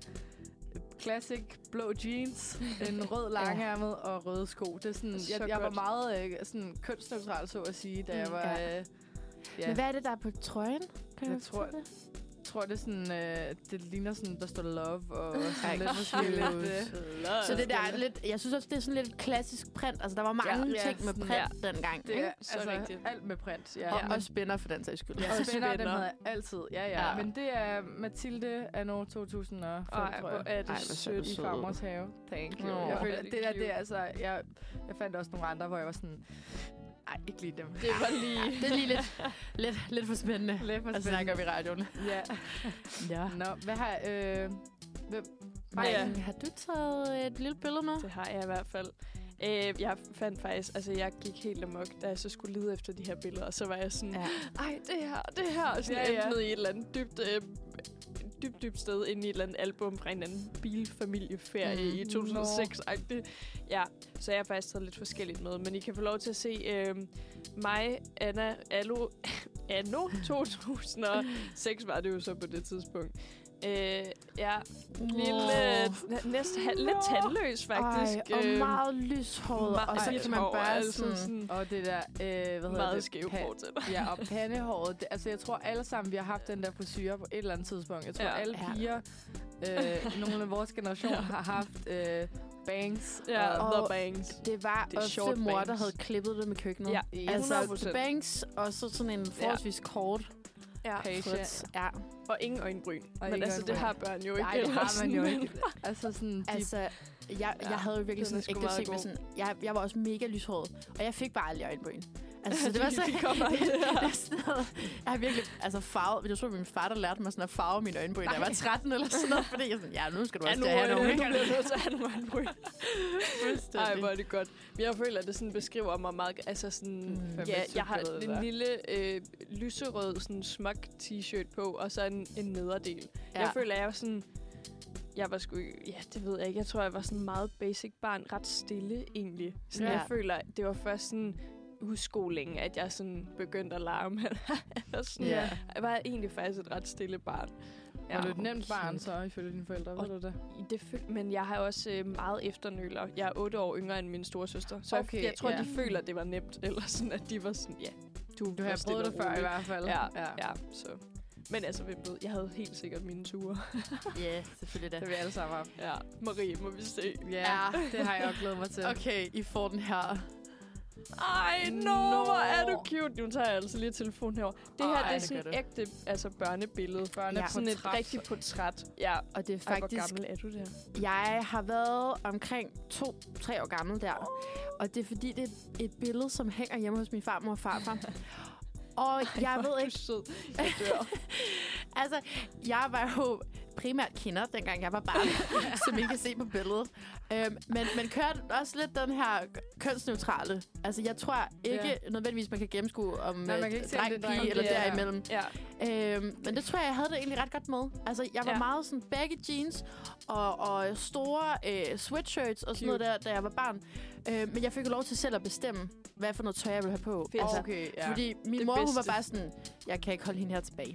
classic blå jeans, en rød langærmet og røde sko. Det er sådan, Så jeg, jeg var godt. meget øh, sådan kønsneutral, så at sige, da jeg Mm. var... Ja. Øh, ja. Men hvad er det, der er på trøjen? Kan Jeg du tror- fortælle det? Jeg tror, det er sådan... Øh, det ligner sådan, der står love og Ej, sådan lidt forskelligt. cute. Øh, Så det der er lidt, jeg synes også, det er sådan lidt et klassisk print. Altså, der var mange Ja, ja, ting med sådan- print dengang. det ikke? er Så altså rigtigt. alt med print. Ja. Og, Men- og spænder for den sags skyld. Ja, Og og spænder, dem spænder. havde jeg altid. Ja, ja, Ja. Men det er Mathilde anno to tusind og fem, Ej, tror hvor jeg. er det Ej, hvor sødt. sødt. I farmors have. Thank you. Åh. Jeg føler, Hvor er det det der, cute. det er altså... Jeg, jeg fandt også nogle andre, hvor jeg var sådan... Ej, ikke lige dem. Det var lige... Det er lige lidt, lidt, lidt for spændende. Lidt for at snakke om i radioen. Ja. Ja. Nå, hvad har... Øh, hvem? Ja. Ej, har du taget et lille billede med? Det har jeg i hvert fald. Øh, jeg fandt faktisk, altså jeg gik helt amok, da jeg så skulle lede efter de her billeder, og så var jeg sådan, Ja. ej, det her, det her, og sådan Ja, ja, ja. endte ned i et eller andet dybt, øh, dybt, dybt sted, inde i et eller andet album fra en anden bilfamilieferie Mm. i to tusind og seks. -agtigt. Ja, så jeg har faktisk taget lidt forskelligt med, men I kan få lov til at se øh, mig, Anna, Allo, anno to tusind og seks var det jo så på det tidspunkt. Øh, ja, lille, næ- næsten ha- lidt tandløs faktisk. Ej, og Øhm, meget lyshåret, meget og så lidt kan man hår, bare altså sådan... sådan Og det der... Øh, hvad hedder meget det? skæve Pa- fortænder. Ja, og pandehåret. Det, altså, jeg tror alle sammen, vi har haft den der frisyre på et eller andet tidspunkt. Jeg tror, Ja. alle Ja. piger, øh, nogle af vores generation, Ja. har haft øh, bangs. Ja, Og- the bangs. Det var Det er ofte short mor, der bangs. havde klippet det med køkkenet. Ja, Altså hundrede procent. bangs, og så sådan en forholdsvis kort Ja. Page. frit. Ja. Og ingen øjenbryn. Men ingen altså, det øjenbryn. har børn jo ikke. Nej, det eller har man jo sådan, ikke. Altså sådan... De, Altså, jeg, jeg Ja, havde jo virkelig den er sådan sgu ægte meget ting med god. sådan... Jeg, jeg var også mega lyshåret, og jeg fik bare aldrig øjenbryn. Altså, så det var så... De kommer aldrig. det er sådan noget, jeg har virkelig altså farvet... Jeg tror, det var min far, der lærte mig sådan at farve mine øjenbryn, da jeg var tretten eller sådan noget. Fordi jeg sådan, ja, nu skal du Ja, også nu til at have er nogle, det ikke? nu bliver jeg nødt til at have nogle øjenbryn. Fuldstændig. Ej, hvor er det godt. Men jeg føler, at det sådan beskriver mig meget... Altså sådan... Mm. Ja, jeg har billede en der. lille øh, lyserød sådan smuk t-shirt på, og så en, en nederdel. Ja. Jeg føler, at jeg var sådan... Jeg var sgu... Ja, det ved jeg ikke. Jeg tror, jeg var sådan meget basic barn. Ret stille, egentlig. Sådan, Ja. Jeg føler, at det var først sådan udskolingen, at jeg sådan begyndte at larme. Eller sådan. Ja. Jeg var egentlig faktisk et ret stille barn. var du et nemt barn, okay. så, ifølge dine forældre? Og- Ved du det? Det føl- men jeg har også øh, meget efternøler. Jeg er otte år yngre end min storesøster. Så Okay, jeg, jeg tror, ja. de føler, at det var nemt. Eller sådan, at de var sådan, ja, du, Du var har stille prøvet det og før i rolig. hvert fald. Ja, ja. ja, så. Men altså, hvem ved, jeg havde helt sikkert mine ture. Ja, selvfølgelig Det det. har vi alle sammen haft. Ja, Marie, må vi se. Ja, det har jeg også glædet mig til. Okay, I får den her. Ej, no, Nå. hvor er du cute. Nu tager jeg altså lige telefonen herover. Det her, Ej, det er det sådan gør et ægte altså børnebillede. Børneportræt. Ja. Sådan et rigtigt portræt. Ja, Og det er Ej, hvor faktisk... gammel er du der? Jeg har været omkring to-tre år gammel der. Og det er fordi, det er et billede, som hænger hjemme hos min farmor og farfar. Og jeg Hvor ved er du ikke... sød. Jeg dør. Altså, jeg var jo primært kender, dengang jeg var barn, som I kan se på billedet. Øhm, men man kørte også lidt den her kønsneutrale. Altså, jeg tror ikke Ja. nødvendigvis, man kan gennemskue om Nej, man kan ikke se, om dreng, det er dreng, pige eller det er- derimellem. Ja. Øhm, men det tror jeg, jeg havde det egentlig ret godt med. Altså, jeg var Ja. ja. meget sådan baggy jeans og, og store øh, sweatshirts og sådan noget der, da jeg var barn. Øh, men jeg fik jo lov til selv at bestemme, hvad for noget tøj, jeg ville have på. Fedt. Altså, Okay, ja. fordi min Det mor, hun var bedste. bare sådan, jeg kan ikke holde hende her tilbage.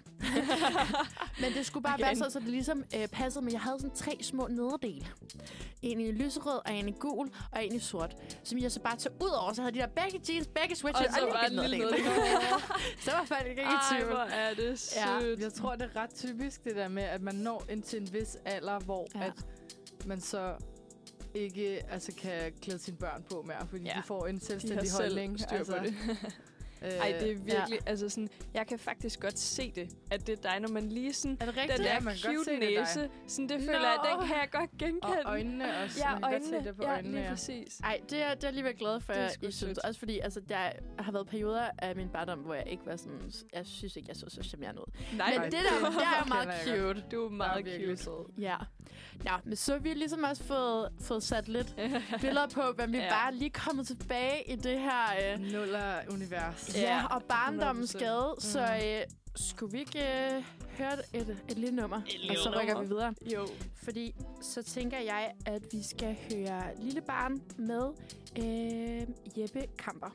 Men det skulle bare Okay. være så, så det ligesom øh, passede. Men jeg havde sådan tre små nederdele. En i lyserød, og en i gul, og en i sort. Som jeg så bare tog ud over. Så havde de der begge jeans, begge Og sweatshirts, så og, var og en lille nederdel. nederdel. Så var jeg faktisk ikke i Ej, tvivl. hvor er det sødt. Ja. Jeg tror, det er ret typisk, det der med, at man når ind til en vis alder, hvor Ja. ja. at man så ikke altså, kan klæde sine børn på mere, fordi Ja. ja. de får en De har selvstændig selv holdning. styr på det. Ej, det er virkelig, ja. altså sådan, jeg kan faktisk godt se det, at det er dig, når man lige sådan, er det rigtigt? den der Ja, man kan godt cute se, det er næse, sådan det Nå. føler jeg, den kan jeg godt genkende. Og øjnene også. Ja, man kan øjnene, godt se det på ja, øjnene. lige Ja. præcis. Ej, det er, det er alligevel glad for, Det er jeg sgu I synes. sødt. Også fordi, altså, der har været perioder af min barndom, hvor jeg ikke var sådan... Jeg synes ikke, jeg så så charmerende ud. Nej, Men Ej, det der, det er jo meget kender jeg cute. du er meget virkelig cute. Ja. Nå, men så har vi ligesom også fået, fået sat lidt billeder på, hvem vi Ja. ja. bare lige kommet tilbage i det her... Øh, Nuller-univers. ja, Ja, og barndommens hundrede gade. procent. Så øh, skulle vi ikke øh, høre et, et lille nummer? lille og så rykker nummer. vi videre. Jo. Fordi så tænker jeg, at vi skal høre Lille Barn med øh, Jeppe Kamper.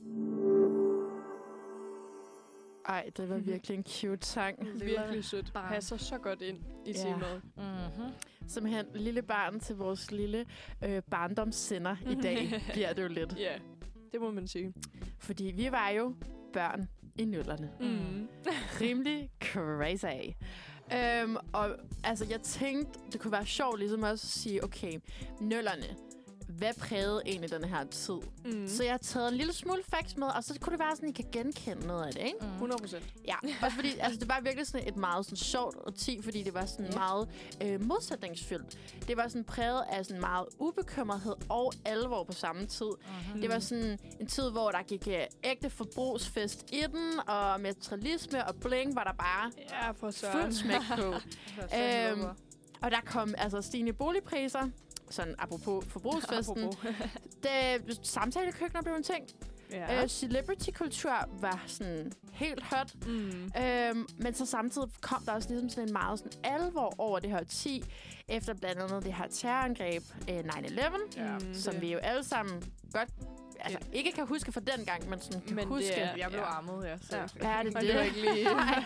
Ej, det var virkelig en cute sang. Virkelig sødt. barn. Passer så godt ind i Ja. temaet. Mm-hmm. Simpelthen Lille Barn til vores lille øh, barndomssender i dag, bliver det jo lidt. Ja, det må man sige. Fordi vi var jo børn i nullerne. Mm. Rimelig crazy. Øhm, og altså, jeg tænkte, det kunne være sjovt ligesom også at sige, okay, nullerne, hvad prægede egentlig den her tid? Mm. Så jeg har taget en lille smule facts med, og så kunne det være sådan, at I kan genkende noget af det, ikke? hundrede procent. Ja, også fordi altså, det var virkelig sådan et meget sådan, sjovt årti, fordi det var sådan Ja. meget øh, modsætningsfyldt. Det var sådan præget af sådan meget ubekymrethed og alvor på samme tid. Mm-hmm. Det var sådan en tid, hvor der gik øh, ægte forbrugsfest i den, og materialisme og bling var der bare Ja, for søren. fuldt smæk på. Øhm, og der kom altså stigende boligpriser, sådan apropos forbrugsfesten. Apropos. Det, samtalekøkkener blev en ting. Ja. Ja. Øh, celebrity-kultur var sådan helt hot. Mm. Øhm, men så samtidig kom der også ligesom sådan en meget sådan alvor over det her ti efter blandt andet det her terrorangreb øh, nine eleven, Ja. Mm, som det- vi jo alle sammen godt altså, ikke kan huske fra den gang, men sådan kan Men det huske. er- Jeg blev Ja. armet, ja. Så Ja. Ja, det er Og det. det var ikke lige... Nej.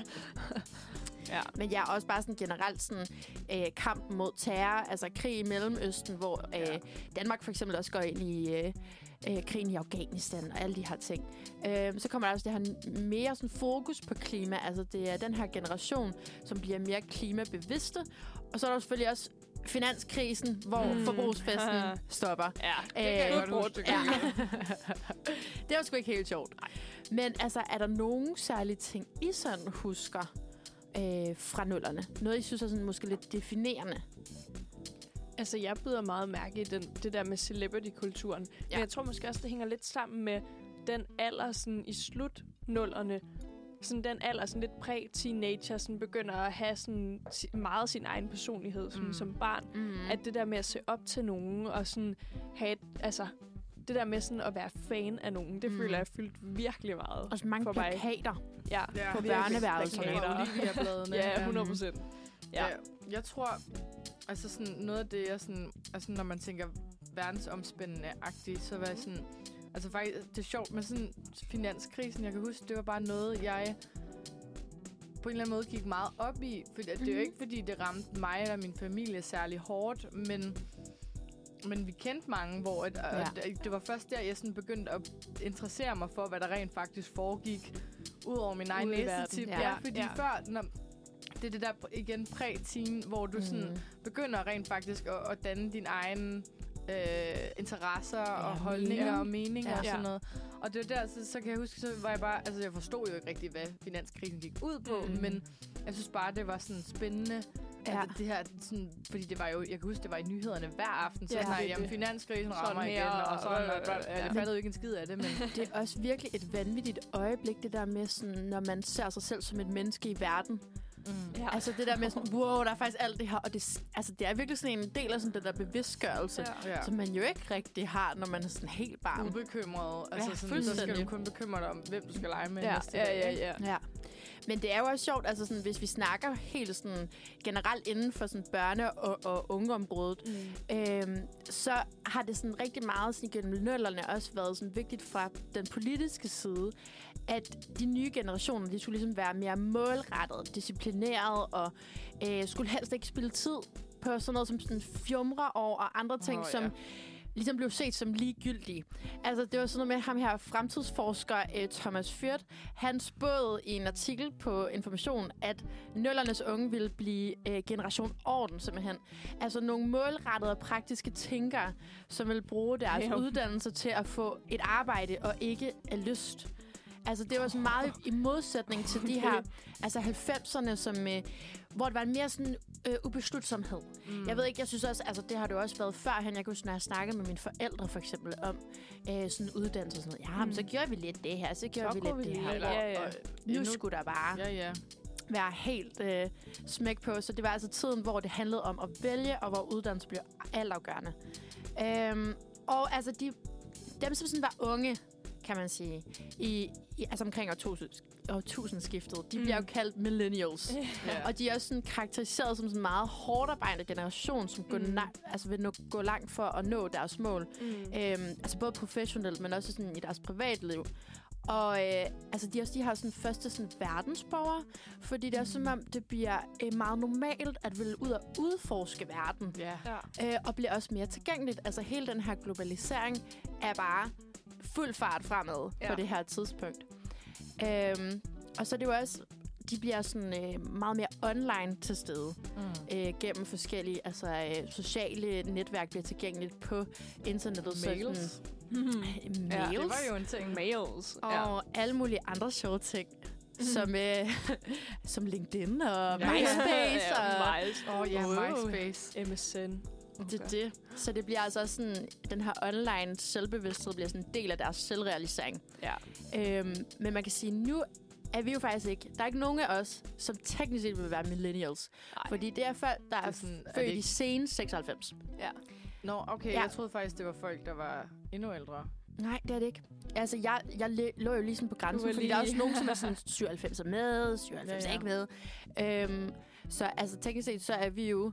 Ja. Men jeg er også bare sådan generelt sådan øh, kampen mod terror, altså krig i Mellemøsten, hvor øh, Ja. Danmark for eksempel også går ind i øh, øh, krigen i Afghanistan og alle de her ting. Øh, så kommer der også det her mere sådan fokus på klima, altså det er den her generation, som bliver mere klimabevidste. Og så er der selvfølgelig også finanskrisen, hvor Mm. mm. forbrugsfesten Ah. stopper. Ja, Øh, kan jeg godt brugt huske. det. Ja. Det var sgu ikke helt sjovt. Men altså, er der nogen særlige ting, I sådan husker øh, fra nullerne? Noget, I synes er sådan måske lidt definerende? Altså, jeg byder meget mærke i den, det der med celebrity-kulturen. Ja. Ja. Men jeg tror måske også, det hænger lidt sammen med den alder sådan, i slut-nullerne. Sådan den alder, sådan lidt præ-teenager, sådan begynder at have sådan si- meget sin egen personlighed sådan, Mm. mm. som barn. Mm. At det der med at se op til nogen, og sådan have et, altså, det der med sådan at være fan af nogen, det Mm. mm. føler jeg fyldt virkelig meget Og så mange for mig. plakater. Ja, Ja. På virkelig børneværelserne. plakater. Olivia-bladene. Ja, hundrede procent. Ja. Ja, jeg tror, altså sådan noget af det, jeg sådan, altså når man tænker verdensomspændende-agtigt, så var jeg sådan, altså faktisk, det er sjovt med sådan finanskrisen, jeg kan huske, det var bare noget, jeg på en eller anden måde gik meget op i, for det er jo Mhm. ikke, fordi det ramte mig eller min familie særlig hårdt, men men vi kendte mange, hvor et, Ja. ja. det var først der, jeg sådan begyndte at interessere mig for, hvad der rent faktisk foregik, ud over min egen Ude i verden. næsetip. Ja. Ja, fordi Ja. ja. før, når, det er det der igen præ-teen, hvor du mm. sådan begynder rent faktisk at, at danne dine egne øh, interesser ja, og holdninger meninger. og meninger Ja. og sådan Ja. noget. Og det var der, så, så kan jeg huske, så var jeg bare, altså jeg forstod jo ikke rigtig, hvad finanskrisen gik ud på, Mm. mm. men jeg synes bare, det var sådan spændende. Ja. Altså, det her, sådan, fordi det var jo, jeg kan huske, det var i nyhederne hver aften, så Ja, ja, nej, det er jamen, det. finanskrisen Sådan rammer her, igen, og og- sådan, og, og, og, ja. jeg fattede jo ikke en skid af det, men Det er også virkelig et vanvittigt øjeblik, det der med, sådan, når man ser sig selv som et menneske i verden. mm. Ja. Altså det der med sådan, wow, der er faktisk alt det her. Og det, altså, det er virkelig sådan en del af sådan den der bevidstgørelse, ja. ja. som man jo ikke rigtig har, når man er sådan helt barn. ubekymret. Ja, Altså, sådan, så skal fuldstændig. du kun bekymre dig om, hvem du skal lege med Ja, næste ja, dag. ja, ikke? ja. Ja. Men det er jo også sjovt, altså sådan, hvis vi snakker helt sådan, generelt inden for sådan børne- og, og ungeområdet, Mm. øhm, så har det sådan rigtig meget sådan, gennem nullerne også været sådan vigtigt fra den politiske side, at de nye generationer, de skulle ligesom være mere målrettet, disciplineret og øh, skulle helst ikke spille tid på sådan noget som sådan fjumre år og andre ting, Åh, oh, som ja. ligesom blev set som ligegyldige. Altså, det var sådan noget med ham her, fremtidsforsker øh, Thomas Fürth. Han spåede i en artikel på Information, at nullernes unge ville blive øh, generation orden, simpelthen. Altså nogle målrettede og praktiske tænkere, som vil bruge deres Ja. uddannelse til at få et arbejde og ikke af lyst. Altså, det var så meget i modsætning til de her altså halvfemserne, som, øh, hvor det var en mere sådan øh, ubeslutsomhed. Mm. Jeg ved ikke, jeg synes også, altså det har det jo også været førhen. Jeg kunne sådan have snakket med mine forældre for eksempel om øh, sådan uddannelse og sådan noget. Ja, mm. men så gjorde vi lidt det her, så gjorde så vi lidt vi det her. Eller, ja, ja. Og nu, nu skulle der bare ja, ja. være helt øh, smæk på. Så det var altså tiden, hvor det handlede om at vælge, og hvor uddannelse blev altafgørende. Øhm, og altså, de, dem som sådan var unge, kan man sige, i, i altså omkring år tusindskiftet, de mm. bliver jo kaldt millennials. Yeah. Og de er også sådan karakteriseret som sådan en meget hårdt arbejdende generation, som går, mm. na- altså vil nå, gå langt for at nå deres mål. Mm. Øhm, altså både professionelt, men også sådan i deres privatliv. Og øh, altså de, også, de har sådan første sådan verdensborger, fordi det er som om, det bliver øh, meget normalt at ville ud og udforske verden. Yeah. Ja. Øh, og bliver også mere tilgængeligt. Altså hele den her globalisering er bare fuld fart fremad ja. på det her tidspunkt. Øhm, og så er det jo også, de bliver sådan øh, meget mere online til stede mm. øh, gennem forskellige altså, øh, sociale netværk bliver tilgængeligt på internettet. Mails. Sådan, mm, mails. Ja, det var jo en ting. Mails. Og ja. alle mulige andre sjove ting. Mm. Som, øh, som LinkedIn og ja, MySpace. Ja, og MySpace. Oh, ja, MySpace. M S N. Okay. Det er det. Så det bliver altså sådan, den her online selvbevidsthed bliver sådan en del af deres selvrealisering. Ja. Øhm, men man kan sige, nu er vi jo faktisk ikke, der er ikke nogen af os, som teknisk set vil være millennials. Ej. Fordi det er folk, der er, er sådan, født i sene seksoghalvfems. Ja. Nå, okay. Ja. Jeg troede faktisk, det var folk, der var endnu ældre. Nej, det er det ikke. Altså, jeg, jeg lå jo lige sådan på grænsen, fordi lige... der er også nogen, som er sådan syvoghalvfems er med, syvoghalvfems ja, ja. er ikke med. Øhm, så altså, teknisk set, så er vi jo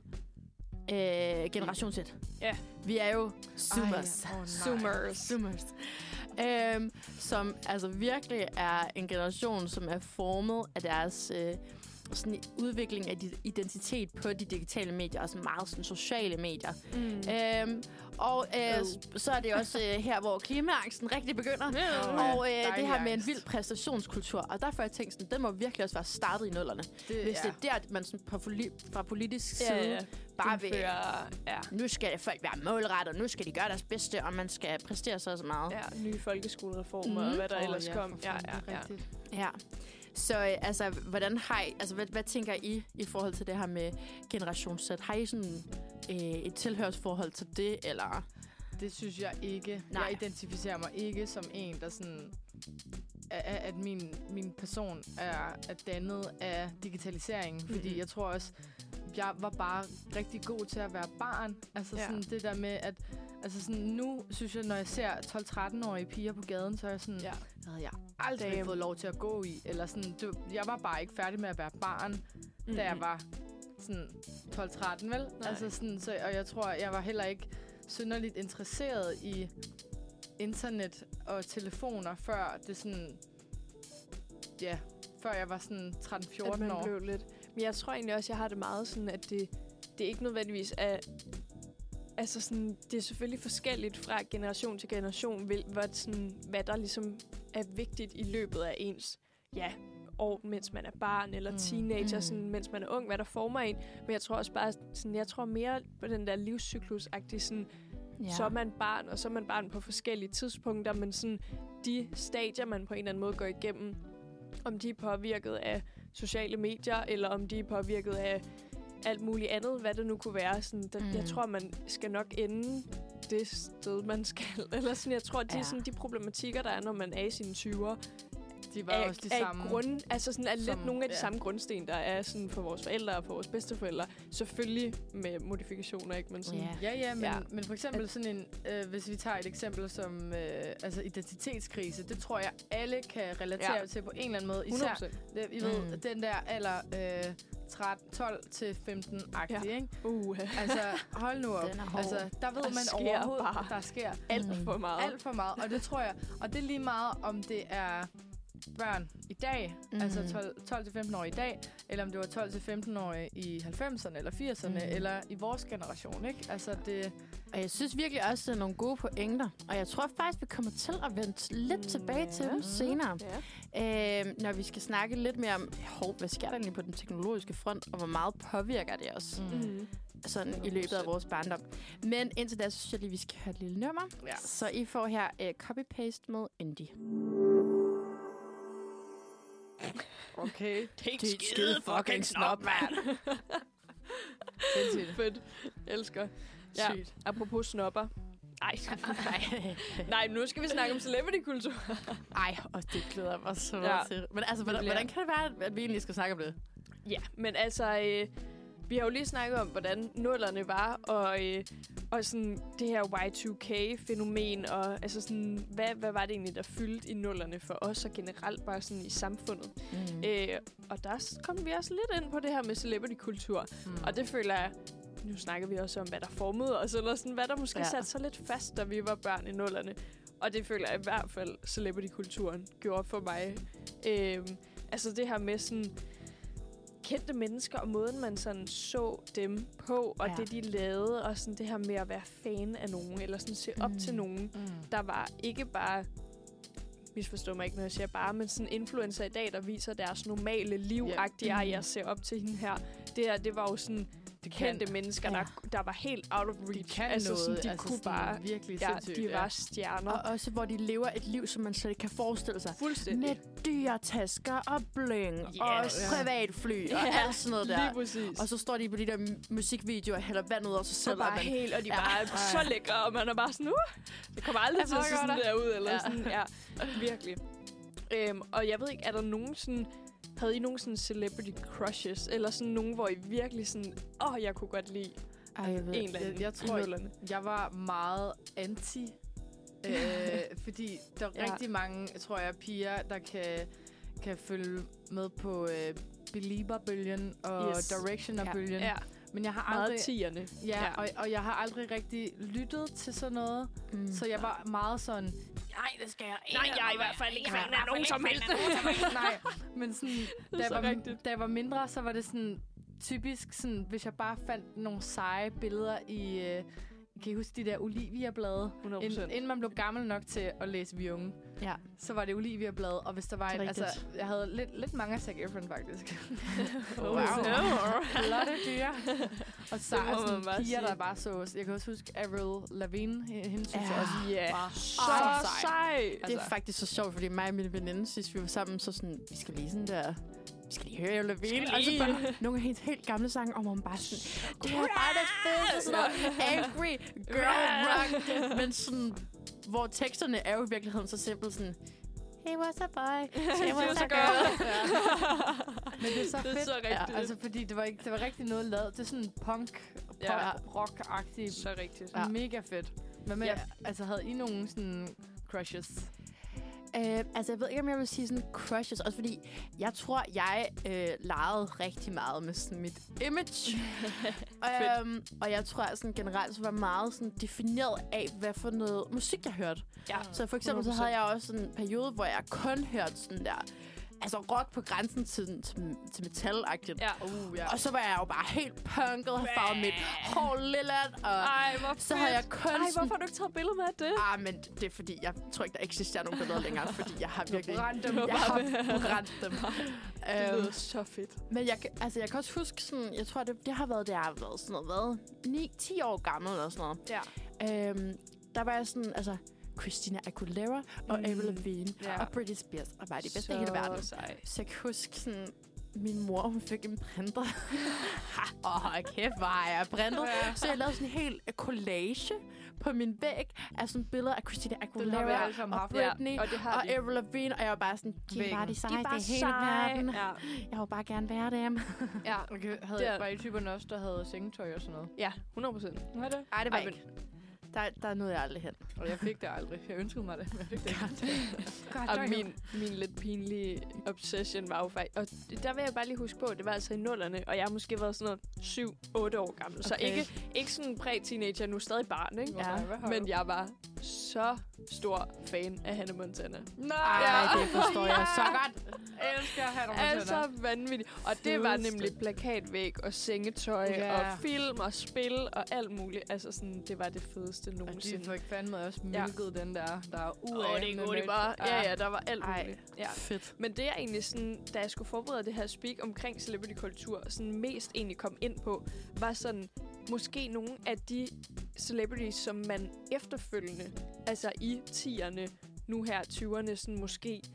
Øh, generation Z. Ja. Vi er jo zoomers. Oh, zoomers. Zoomers. Øhm, som altså virkelig er en generation, som er formet af deres øh, sådan udvikling af identitet på de digitale medier, og sådan meget sådan sociale medier. Mm. Øhm, og øh, oh. så er det også øh, her, hvor klimaangsten rigtig begynder. Oh, og øh, det her med en vild præstationskultur. Og derfor har jeg tænkt sådan, den må virkelig også være startet i nullerne. Det, Hvis ja. det er der, man sådan på poli- fra politisk side ja, ja. bare vil, ja. nu skal folk være målrettet, nu skal de gøre deres bedste, og man skal præstere så så meget. Ja, nye folkeskolereformer mm. og hvad der oh, ellers ja, kom. Ja, ja, ja. ja. Så øh, altså, hvordan har I, altså, hvad, hvad tænker I i forhold til det her med Generation Z? Har I sådan øh, et tilhørsforhold til det, eller? Det synes jeg ikke. Nej. Jeg identificerer mig ikke som en, der sådan, at, at min, min person er, er dannet af digitaliseringen. Mm-hmm. Fordi jeg tror også, jeg var bare rigtig god til at være barn. Altså ja. sådan det der med, at altså sådan, nu synes jeg, når jeg ser tolv-tretten-årige piger på gaden, så er jeg sådan, ja. det havde jeg aldrig Damn. fået lov til at gå i. Eller sådan, det, jeg var bare ikke færdig med at være barn, mm-hmm. da jeg var sådan tolv-tretten, vel? Nej. Altså sådan, så, og jeg tror, jeg var heller ikke synderligt interesseret i internet og telefoner, før det sådan, ja, før jeg var sådan tretten-fjorten år. Blev lidt. Men jeg tror egentlig også, jeg har det meget sådan, at det, det er ikke nødvendigvis er, altså sådan, det er selvfølgelig forskelligt fra generation til generation, hvad, sådan, hvad der ligesom er vigtigt i løbet af ens, ja, år, mens man er barn eller teenager, mm. sådan, mens man er ung, hvad der former en. Men jeg tror også bare, sådan, jeg tror mere på den der livscyklus-agtige, sådan, ja. så er man barn, og så er man barn på forskellige tidspunkter, men sådan, de stadier, man på en eller anden måde går igennem, om de er påvirket af sociale medier, eller om de er påvirket af alt muligt andet, hvad det nu kunne være. Sådan, der, mm. Jeg tror, man skal nok ende det sted, man skal. Eller sådan, jeg tror, de, ja. sådan, de problematikker, der er, når man er i sine tyvere, de var er, også de er samme. Grund, altså sådan, er som, lidt nogle af de ja. samme grundsten, der er sådan, for vores forældre og for vores bedsteforældre. Selvfølgelig med modifikationer, ikke? Men sådan, yeah. Ja, ja, men, ja. men for eksempel sådan en, øh, hvis vi tager et eksempel som øh, altså identitetskrise, det tror jeg, alle kan relatere ja. til på en eller anden måde. Især, det, I ved, mm. den der alder øh, tretten, tolv til femten-agtig, ja. ikke? Uh. Altså, hold nu op. Altså, der ved der man overhovedet, bare. der sker alt mm. for meget. Alt for meget, og det tror jeg. Og det er lige meget, om det er børn i dag, mm. altså tolv til femten år i dag, eller om det var tolv til femten år i halvfemserne eller firserne, mm. eller i vores generation, ikke? Altså det. Og jeg synes virkelig også, det er nogle gode pointer, og jeg tror faktisk, vi kommer til at vende lidt mm. tilbage til dem senere, ja. øh, når vi skal snakke lidt mere om, hov, hvad sker der egentlig på den teknologiske front, og hvor meget påvirker det os mm. sådan i løbet af vores barndom. Men indtil da, så synes jeg lige, vi skal høre et lille nummer. Ja. Så I får her uh, copy-paste med Indie. Okay. Det er Det er et skide fucking snop, mand. Sindssygt. Fedt. Elsker. Ja, Sygt. apropos snopper. Ej, Nej. nej, nu skal vi snakke om celebrity-kultur. Ej, og det glæder jeg mig så Ja. meget til. Men altså, hvordan, bliver- hvordan kan det være, at vi egentlig skal snakke om det? Ja, men altså, øh, vi har jo lige snakket om, hvordan nullerne var, og, øh, og sådan det her Y to K-fænomen, og altså sådan, hvad, hvad var det egentlig, der fyldte i nullerne for os, og generelt bare sådan i samfundet. Mm. Øh, og der kom vi også lidt ind på det her med celebrity-kultur, Mm. og det føler jeg, nu snakker vi også om, hvad der formede os, eller sådan, hvad der måske Ja. ja. satte sig lidt fast, da vi var børn i nullerne. Og det føler jeg i hvert fald, celebrity-kulturen gjorde for mig. Øh, altså det her med sådan kendte mennesker, og måden, man sådan så dem på, og Ja. ja. det, de lavede, og sådan det her med at være fan af nogen, eller sådan se op Mm. til nogen, Mm. der var ikke bare, misforstår mig ikke, når jeg siger bare, men sådan influencer i dag, der viser deres normale liv, Ja. yeah. Mm. jeg ser op til hende her. Det her, det var jo sådan Det kendte mennesker, Ja. der, der var helt out of De reach. kan altså, noget. Sådan, de altså, kunne sådan bare, virkelig ja, sindssygt. de var stjerner. Og også, hvor de lever et liv, som man slet ikke kan forestille sig. Fuldstændig. Med dyre tasker og bling Yes. og Ja. privatfly og Ja, alt sådan noget Lige der. præcis. Og så står de på de der m- musikvideoer og hælder vand ud over sig så selv. bare og man, helt, og de Ja. bare er Ja. så lækre, og man er bare sådan, uh, det kommer aldrig Jeg til at se fucker sådan dig. der ud, eller Ja. ja. sådan, ja, virkelig. Øhm, og jeg ved ikke, er der nogen sådan, havde I nogen sådan celebrity crushes, eller sådan nogen, hvor I virkelig sådan, åh, oh, jeg kunne godt lide Ej, jeg ved. en eller anden jeg- jeg tror, i nullerne? Jeg var meget anti, øh, fordi der er Ja. rigtig mange, tror jeg, piger, der kan, kan følge med på øh, Belieber-bølgen og Yes. yes. Directioner-bølgen. Ja, Men jeg har meget aldrig... tierne. Ja, ja. Og, og jeg har aldrig rigtig lyttet til sådan noget. Mm. Så jeg var meget sådan... Nej, det skal jeg Nej, jeg er i hvert fald ikke Jeg er fan af nogen som helst. Nej, men sådan, da, jeg så var, rigtigt. da jeg var mindre, så var det sådan typisk, sådan, hvis jeg bare fandt nogle seje billeder i... Øh, kan I huske de der Olivia-blade? hundrede Inden, procent. inden man blev gammel nok til at læse Vi Unge, Ja. så var det Olivia-blade. Og hvis der var Det en... er Altså, rigtigt. jeg havde lidt, lidt mange af Zac Efron, faktisk. Wow. Flotte dyr. Og så Det må man sådan bare piger, sige. der bare så... Jeg kan også huske Avril Lavigne. Hende synes Ja. jeg også Ja, var så så sej. sej. Det er Altså- faktisk så sjovt, fordi mig og min veninde, sidst vi var sammen, så sådan, vi skal lige sådan der... Vi skal lige høre Avril Lavigne. Skal Og så lige. bare nogle af hendes helt gamle sange, og hvor man bare sådan... Det er bare det fedeste, sådan noget angry girl rock. Men sådan, hvor teksterne er jo i virkeligheden så simpelt sådan... He was a boy, she was a girl. Men det er så Det er fedt. så rigtigt. Ja, altså, fordi det var, ikke, det var rigtig noget lavet. Det er sådan punk, pop, Ja. rock-agtigt. Så rigtigt. Ja. Mega fedt. Hvad med, Ja. altså, havde I nogen sådan crushes? Øh, altså, jeg ved ikke, om jeg vil sige sådan crushes. Også fordi, jeg tror, jeg øh, legede rigtig meget med sådan mit image. øhm, og jeg tror, at sådan generelt så var meget sådan defineret af, hvad for noget musik, jeg hørte. Ja. Så for eksempel, så havde jeg også sådan en periode, hvor jeg kun hørte sådan der... Altså rock på grænsen til, til, til metal-agtigt. Ja. Uh, ja. Og så var jeg jo bare helt punket, havde farvet mit hår lilla, og Ej, hvor så havde jeg kun Ej, sådan... hvorfor har du ikke taget billeder med af det? Ah, men det er fordi, jeg tror ikke, der eksisterer nogen billeder længere, fordi jeg har virkelig... brændte dem. Jeg har brændt dem. Det Øhm, lyder så fedt. men jeg, kan- altså, jeg kan også huske sådan... Jeg tror, det, det har været, det har været sådan noget, hvad? ni ti år gammel eller sådan noget. Ja. Øhm, der var jeg sådan, altså... Christina Aguilera og Mm. Avril Lavigne Ja. og Britney Spears og bare de bedste i hele verden. Sej. Så jeg kan huske sådan... Min mor, hun fik en printer. Åh, oh, kæft, hvor har jeg printet. Ja. Så jeg lavede sådan en hel collage på min væg af sådan billeder af Christina Den har vi Aguilera alle sammen og haft. Britney Og det har og vi. Avril Lavigne. Og jeg var bare sådan, de er Væggen. bare de De er sejeste bare i hele seje. verden. Ja. Jeg vil bare gerne være dem. Ja. Okay, havde, Det er- var I typerne også, der havde sengetøj og sådan noget? Ja, hundrede procent. Var det? Nej, det var Ej, ikke. Der, der nåede jeg aldrig hen. Og jeg fik det aldrig. Jeg ønskede mig det, men jeg fik det ikke. Og min, min lidt pinlige obsession var jo faktisk... Og det- der vil jeg bare lige huske på, det var altså i nullerne, og jeg har måske været sådan noget syv otte år gammel. Okay. Så Okay. ikke, ikke sådan præ-teenager, nu stadig barn, ikke? Ja. Hvad har Men du? jeg var så stor fan af Hannah Montana. Nej, Ej, det forstår jeg så godt. Jeg elsker at have dig Altså vanvittigt. Og det var Fedeste. nemlig plakatvæg og sengetøj Ja. og film og spil og alt muligt. Altså sådan, det var det fedeste Og de nogensinde. fik fandme også Ja. mygget den der. Der er Åh, uanede det er godt, det merch. bare. Ja, ja, der var alt Ej. muligt. Ja. Fedt. Men det er egentlig sådan, da jeg skulle forberede det her speak omkring celebrity-kultur, sådan mest egentlig kom ind på, var sådan, måske nogle af de celebrities, som man efterfølgende, altså i tierne, nu her tyverne, sådan måske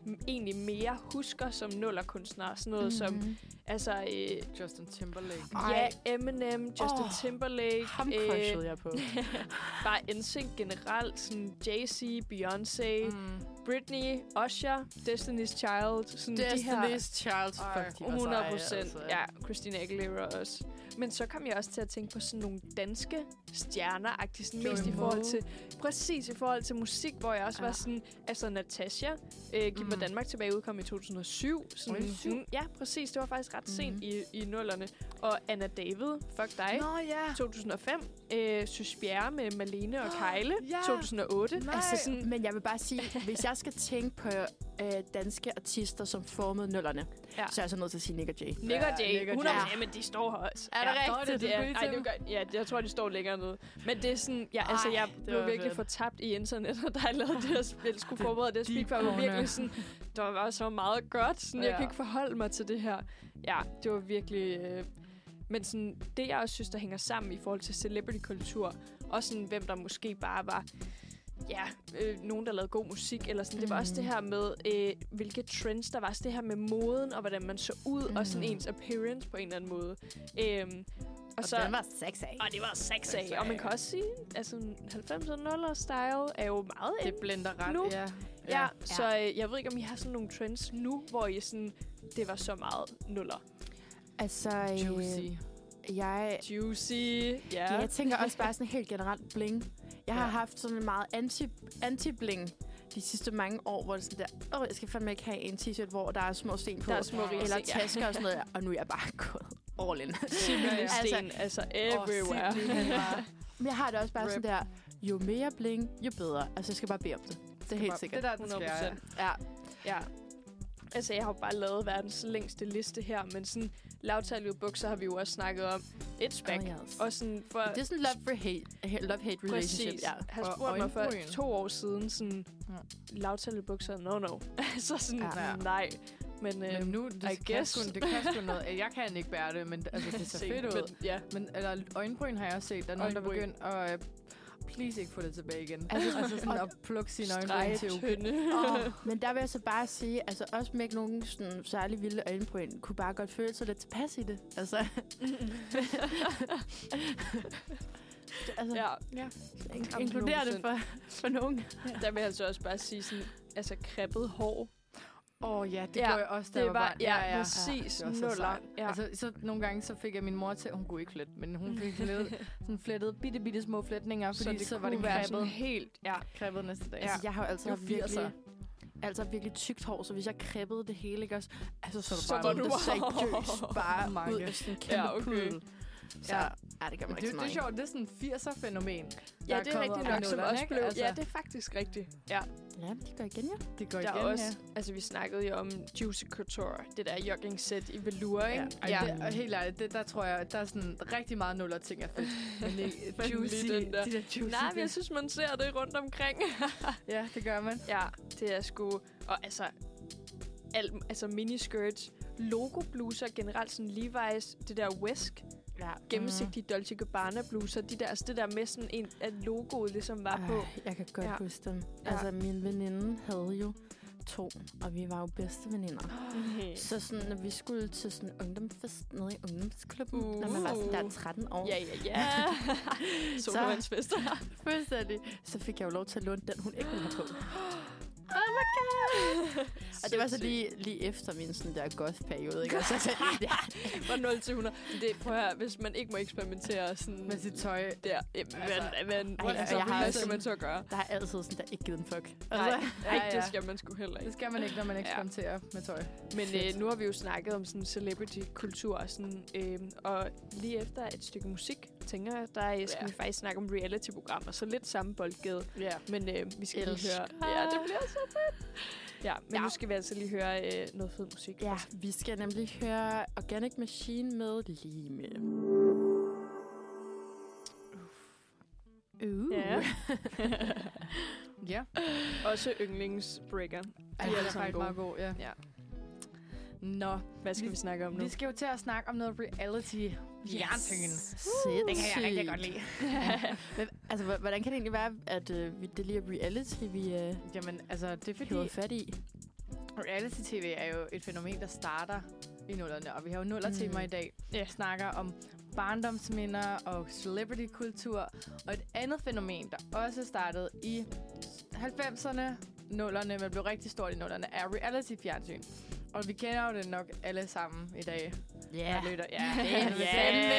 m- egentlig mere husker som nullerkunstnere. Sådan noget mm-hmm. som, altså... Øh, Justin Timberlake. Ja, Eminem, Justin oh, Timberlake. Ham crushede øh, jeg på. Bare N Sync generelt. Sådan Jay-Z, Beyoncé, mm. Britney, Usher, Destiny's Child. Sådan Destiny's de her, Child. Fuck, de var hundrede seje, procent. altså. Ja, Christina Aguilera også. Men så kom jeg også til at tænke på sådan nogle danske stjerner-agtige. Sådan mest i forhold til... Præcis, i forhold til musik, hvor jeg også ja. var sådan... Altså, Natasha, øh, Giv mig mm. Danmark tilbage, udkom i to tusind og syv. Sådan, mm, ja, præcis. Det var faktisk ret sent mm. i, i nullerne. Og Anna David, Fuck dig, Nå, ja. to tusind og fem. Øh, Søs Bjerre med Malene og Kejle, ja. to tusind og otte. Altså sådan, men jeg vil bare sige, hvis jeg skal tænke på øh, danske artister, som formede nullerne, ja. så er jeg så nødt til at sige Nick og Jay. Nick og Jay, ja, Nick og hundrede Jay. Ja, men de står her også. Er det ja, rigtigt? Det, det er, ej, det gør, ja, jeg tror, de står længere nede. Men det er sådan, ja, altså, jeg blev virkelig fedt. fortabt i internettet, da jeg lavede det her spil, skulle forberede det speak, for jeg var virkelig sådan, der var så meget godt, sådan, ja. jeg kan ikke forholde mig til det her. Ja, det var virkelig... Øh, men sådan, det, jeg også synes, der hænger sammen i forhold til celebrity-kultur, og sådan, hvem der måske bare var... Ja, øh, nogen, der lavede god musik, eller sådan. Mm. Det var også det her med, øh, hvilke trends der var. Så det her med moden, og hvordan man så ud, mm. og sådan ens appearance på en eller anden måde. Øhm, og, og så, den var sexy. Og det var sexy. Og man kan også sige, altså halvfemser nuller style er jo meget det blender ret, nu. Ja. Ja, ja, så øh, jeg ved ikke, om I har sådan nogle trends nu, hvor I sådan, det var så meget nuller. Altså, Juicy. Jeg, Juicy, ja. ja. Jeg tænker også bare sådan helt generelt bling. Jeg har ja. haft sådan en meget anti, anti-bling de sidste mange år, hvor det sådan der, åh, jeg skal fandme ikke have en t-shirt, hvor der er små sten på. Der er små rise, eller tasker ja. og sådan noget. Og nu er jeg bare gået all in. Simpelthen sten, altså everywhere. Oh, men jeg har det også bare Rip. sådan der, jo mere bling, jo bedre. Altså, jeg skal bare bede om det. Det er helt bare, sikkert. Det der, hundrede procent. Ja. ja. Altså, jeg har jo bare lavet verdens længste liste her, men sådan lavtallige bukser har vi jo også snakket om. It's back. Oh, yes. Og sådan for det er sådan love-hate love-hate relationship. Ja. Har spurgt mig for to år siden, sådan ja. lavtallige bukser, no no. Så sådan, ja. nej. Men, men øhm, nu, det I kan, guess. sgu, det kan sgu noget. Jeg kan ikke bære det, men altså, det ser fedt ud. Men, ja. men, eller øjenbryn har jeg også set. Der er nogen, der begynder at... Uh, please ikke få det tilbage igen. Altså, altså sådan at plukke sine øjenbryn til okay. oh, men der vil jeg så bare sige, altså også med ikke nogen sådan særlig vilde øjenbryn, kunne bare godt føle sig lidt tilpas i det. Altså... altså ja. ja. In- inkluderer det for, for nogen. Ja. Der vil jeg altså også bare sige sådan, altså kreppet hår. Åh oh, ja, det ja, gjorde jeg også, da det jeg var, var ja, ja, ja, præcis, ja, nuller. Ja. Altså, så nogle gange så fik jeg min mor til, hun kunne ikke flette, men hun fik flettet, sådan flettet bitte, bitte små fletninger, fordi så, det så var det kreppet helt, ja, kreppet næste dag. Ja. Altså, jeg har jo altid haft virkelig, altså virkelig tykt hår, så hvis jeg kreppede det hele, ikke også, altså så, så var det bare seriøst bare mange. ud af sådan en kæmpe ja, okay. pudel. Så, ja. Ja, det gør man det, ikke så meget. Det er sjovt, det er sådan en firser-fænomen. Ja, det er rigtigt nok, som også blev... Altså. Ja, det er faktisk rigtigt. Ja, ja de går igen, ja. Det går der igen, også, ja. Altså, vi snakkede jo om Juicy Couture, det der jogging-sæt i velour, ikke? Ja, ja. Det, og helt ærligt, det, der tror jeg, der er sådan rigtig meget nuller ting er fedt. Men det er juicy, den der. De der juicy nej, men jeg synes, man ser det rundt omkring. ja, det gør man. Ja, det er sgu... Og altså, al, altså miniskirts, logo-bluser, generelt sådan Levi's, det der Wesk, ja. gennemsigtige mm. Dolce Gabbana bluser, de der, altså det der med sådan en, at logoet ligesom var Ej, på. Jeg kan godt ja. huske dem. Ja. Altså, min veninde havde jo to, og vi var jo bedste veninder. Okay. Så sådan, når vi skulle til sådan en ungdomsfest nede i ungdomsklubben, uh. når man var sådan der tretten år. Ja, ja, ja. Sodavandsfester. Fuldstændig. Så fik jeg jo lov til at låne den, hun ikke ville have på. Oh my god! Og det var så lige, lige efter min sådan der goth-periode, ikke? Og så så ja. Fra nul til hundrede. Det, prøv at høre, hvis man ikke må eksperimentere sådan... med sit tøj. Der. Altså, men, men, ej, så, hvad skal man så gøre? Der har altid sådan der ikke givet en fuck. Altså, nej, ja, ja. Det skal man sgu heller ikke. Det skal man ikke, når man eksperimenterer ja. med tøj. Men øh, nu har vi jo snakket om sådan celebrity-kultur, sådan, øh, og lige efter et stykke musik, tænker jeg, der skal ja. vi faktisk snakke om reality-programmer, så lidt samme boldgade. Ja. Men øh, vi skal lige høre... Ja, det bliver så fedt. Ja, men ja. nu skal vi altså lige høre øh, noget fed musik. Ja, vi skal nemlig høre Organic Machine med Lime. Uh. Ja. ja. Også yndlingsbreaker. De er altså faktisk meget gode, ja. ja. Nå, hvad skal vi, vi snakke om nu? Vi skal jo til at snakke om noget reality. Fjernsynet. Yes. Det kan jeg rigtig godt lide. Men, altså, hvordan kan det egentlig være, at øh, det lige er reality, vi øh, Jamen, altså, det er fordi... hiver fat i? reality-tv er jo et fænomen, der starter i nullerne, og vi har jo nuller-tema Mm. i dag. Ja. Vi snakker om barndomsminder og celebrity-kultur, og et andet fænomen, der også startede i halvfemserne, nullerne, men blev rigtig stort i nullerne, er reality-fjernsyn. Og vi kender jo det nok alle sammen i dag. Ja. Der lytter. Ja, Det er fandme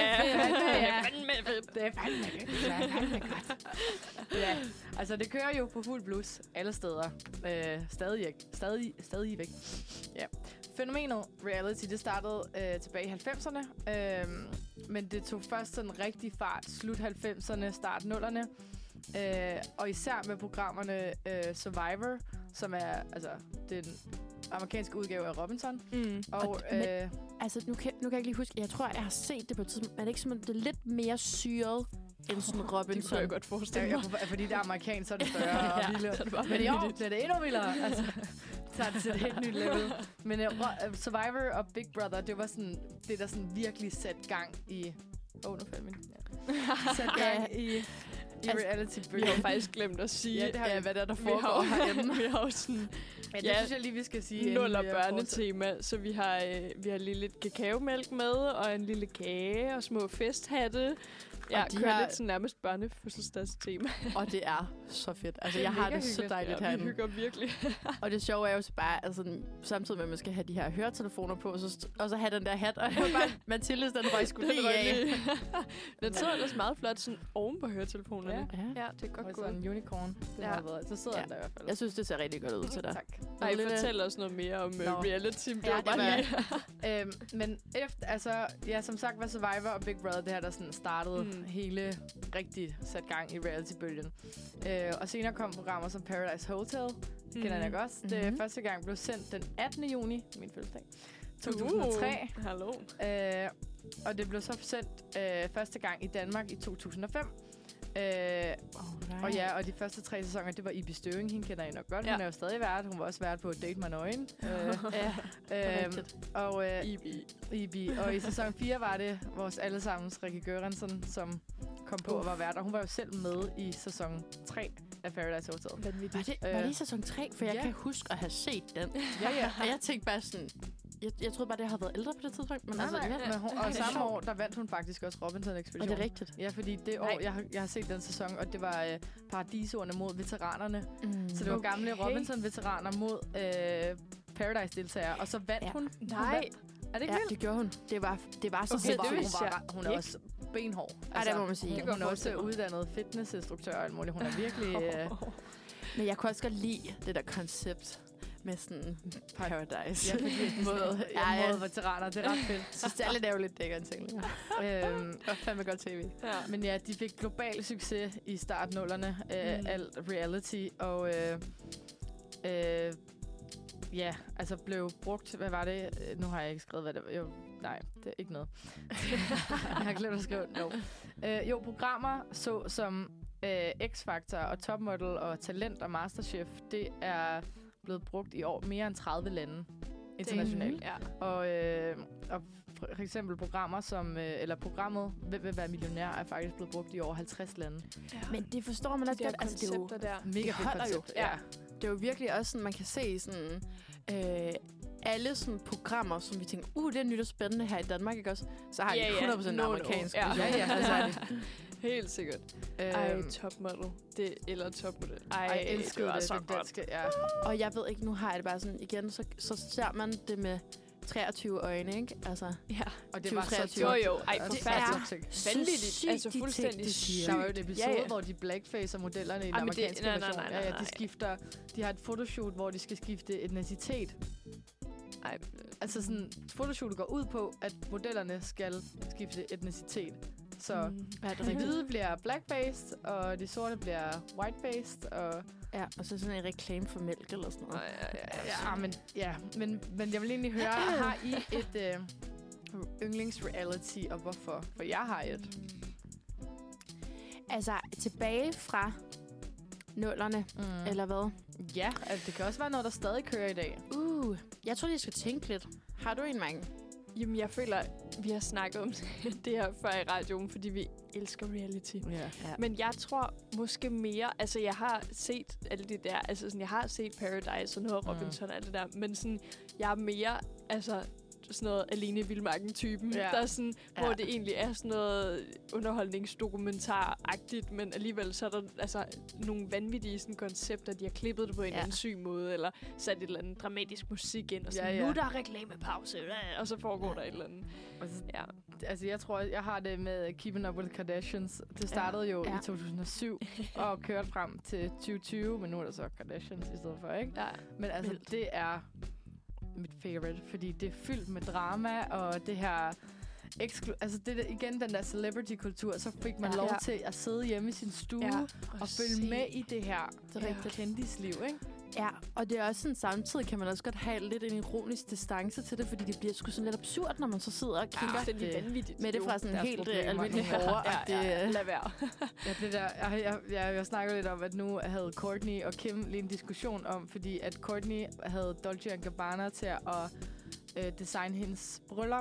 fedt. Det er fandme fedt. Det er fandme godt. Ja, altså det kører jo på fuld blus alle steder. Øh, stadig, stadig, stadig væk. Ja. Fænomenet reality, det startede øh, tilbage i halvfemserne. Øh, men det tog først sådan rigtig fart. Slut halvfemserne, start nullerne. Øh, og især med programmerne øh, Survivor, som er altså den amerikanske udgave af Robinson. Mm. Og, Og- men- øh, Altså, nu kan, nu kan jeg ikke lige huske. Jeg tror, jeg har set det på et tidspunkt. Men er det ikke simpelthen, det er lidt mere syret end sådan Det kunne Robinson? jeg godt forestille Ja, mig. ja, fordi det er amerikansk, så er det større og Ja, vildere. så er det bare Men i år vanvittigt. bliver det endnu vildere. Altså, tager det til et helt nyt level. Men uh, Survivor og Big Brother, det var sådan det, der sådan virkelig satte gang i... Åh, oh, nu faldt min. Ja. Sat gang i, i Altså, reality Vi har jo faktisk glemt at sige, Ja, det har ja, vi. hvad der, der Vi foregår har jo- herhjemme. Vi har jo sådan Men det Ja, synes jeg lige, vi skal sige. inden nul og vi, øh, fortsætter. børnetema, så vi har, øh, vi har lige lidt kakaomælk med, og en lille kage, og små festhatte. Ja, Og de kører har- lidt sådan nærmest børnefødselsdagstema. Og det er så fedt. Altså, Det er jeg har mega det så hyggeligt. dejligt Ja, vi herinde. hygger virkelig. Og det sjove er jo så bare, altså, sådan, samtidig med, at man skal have de her høretelefoner på, så st- og så have den der hat, og det var bare, Mathildes, den røg sgu lige af. Den sidder ellers meget flot sådan oven på høretelefonerne. Ja. Ja. Ja, det er godt Og gået. sådan en unicorn. Det Ja. har været. Så sidder Ja. den der i hvert fald. Jeg synes, det ser rigtig godt ud til dig. Tak. Ej, Lille- fortæl os noget mere om uh, Nå. reality. Det Ja, var det bare var- lige... øhm, men efter, altså, ja, som sagt var Survivor og Big Brother det her, der sådan startede Mm. mm. hele rigtig sat gang i reality-bølgen. Øh, og senere kom programmer som Paradise Hotel, det kender jeg også. Det Mhm. første gang blev sendt den attende juni, min fødselsdag, to tusind og tre. Uh, hallo. Øh, og det blev så sendt øh, første gang i Danmark i to tusind og fem. Øh, og ja, og de første tre sæsoner, det var Ibi Støving, hende kender I nok godt. Ja. Hun er jo stadig vært. Hun var også vært på Date mig nøgen. Øh, Ja, øhm, og øh, Ibi. Ibi. Og i sæson fire var det vores allesammens Rikke Göransson, som kom på og var vært. Og hun var jo selv med i sæson tre af Paradise Hotel. Var det, var det i sæson tre? For jeg ja. kan huske at have set den. Ja, ja. Og jeg tænkte bare sådan... Jeg, jeg troede bare, det havde været ældre på det tidspunkt. Men Nej, altså, nej, ja. men hun, Ej, og det er samme sjovt. år, der vandt hun faktisk også Robinson Og Ekspedition. det er rigtigt. Ja, fordi det år, Nej. jeg har, jeg har set den sæson, og det var øh, paradisordene mod veteranerne. Mm. Så det var gamle Okay. Robinson-veteraner mod øh, Paradise-deltagere, og så vandt Ja. hun. Nej. Hun vandt. Er det ikke Ja, vildt? det gjorde hun. Det var, det var så Okay, sindssygt. det det hun, vidste var, jeg hun er ikke. også benhård. Ej, det må man sige. Hun, Det kan hun er jeg også forestille mig. uddannet fitnessinstruktør og alt muligt. Hun er virkelig... Øh, Men jeg kunne også godt lide det der koncept med sådan Paradise. ja, fordi de Måde- ja, ja, ja. mod veteraner. Det er ret fedt. Jeg synes, det er lidt ærgerligt, det ikke er en ting. øhm, og fandme godt tv. Ja. Men ja, de fik global succes i startnullerne af Mm. mm. alt reality, og øh, øh, ja, altså blev brugt, hvad var det? Øh, Nu har jeg ikke skrevet, hvad det var. Jo, nej, det er ikke noget. jeg har glemt at skrive det. Jo. Øh, jo, programmer så som øh, X-Factor og Topmodel og Talent og Masterchef, det er blevet brugt i år mere end tredive lande internationalt. Ja. Og, øh, og for for eksempel programmer som, øh, eller programmet Hvem vil være millionær, er faktisk blevet brugt i over halvtreds lande. Men det forstår man De også der godt. Altså, det, er jo, koncepter der. Mega fedt holder jo. koncept. Ja. det er jo virkelig også sådan, man kan se sådan... Øh, alle sådan programmer, som vi tænker, uh, det er nyt og spændende her i Danmark, ikke også? Så har de Ja, ja. hundrede procent No, no. amerikansk. Ja. version. Ja, ja, Altså, altså, Helt sikkert. Ej, øhm, topmodel. Det, eller topmodel. Ej, ej, jeg elskede det var det, så det godt. danske. Ja. Og jeg ved ikke, nu har jeg det bare sådan, igen, så, så ser man det med treogtyve øjne, ikke? Altså, Ja. Og det var så treogtyve. Jo, jo. Ej, Altså, det forfærdeligt. er Vanvittigt. sygt, Altså, de ting, fuldstændig de siger. Der sygt. var jo et episode, Ja, ja, ja. ja. hvor de blackfacer modellerne i den Ej, men det- amerikanske nej, nej, version. nej, Ja, ja, nej. de skifter, de har et fotoshoot, hvor de skal skifte etnicitet. Ej, Altså sådan, fotoshootet går ud på, at modellerne skal skifte etnicitet. Så mm. er det de rigtigt? hvide bliver blackfaced, og de sorte bliver whitefaced, og Ja, og så sådan en reklame for mælk eller sådan noget. Ej, ej, ej, ja, men, ja, men, men jeg vil egentlig høre, har I et øh, yndlingsreality, og hvorfor? For jeg har et. Altså, tilbage fra nullerne, Mm. mm. eller hvad? Ja, altså, det kan også være noget, der stadig kører i dag. Uh, jeg tror, jeg skal tænke lidt. Har du en, mange? Jamen, jeg føler, vi har snakket om det her før i radioen, fordi vi elsker reality. Ja. Ja. Men jeg tror måske mere... Altså, jeg har set alle det der... Altså, sådan, jeg har set Paradise og noget Mm. Robinson og alt det der. Men sådan, jeg er mere... Altså, sådan noget Alene i Vildmarken-typen. Ja. Der er sådan, Ja. hvor det egentlig er sådan noget underholdningsdokumentar-agtigt, men alligevel så er der altså nogle vanvittige sådan, koncepter, de har klippet det på en Ja. ja. anden syg måde, eller sat et eller andet dramatisk musik ind, og sådan, Ja, ja, ja. ja. nu er der reklamepause, og så foregår Ja. der et eller andet. Altså, Ja. altså, jeg tror, jeg har det med Keeping Up With The Kardashians. Det startede jo Ja. i to tusind og syv og kørte frem til tyve tyve, men nu er der så Kardashians i stedet for, ikke? Ja. Men altså, Vildt. det er mit favorite, fordi det er fyldt med drama, og det her... Eksklu- altså, det der, igen, den der celebrity-kultur, så fik man Ja. lov Ja. til at sidde hjemme i sin stue Ja. og følge med i det her Det er rigtigt. kendisliv, ikke? Ja, og det er også sådan, samtidig kan man også godt have lidt en ironisk distance til det, fordi det bliver sgu sådan lidt absurd, når man så sidder og kigger Det er det- vanvittigt. med det fra sådan deres helt problemer. øh, almindelig Ja. borger. Ja, ja, lad være. Ja, det der, jeg, jeg, jeg, jeg snakker lidt om, at nu havde Courtney og Kim lige en diskussion om, fordi at Courtney havde Dolce and Gabbana til at øh, designe hendes bryllup,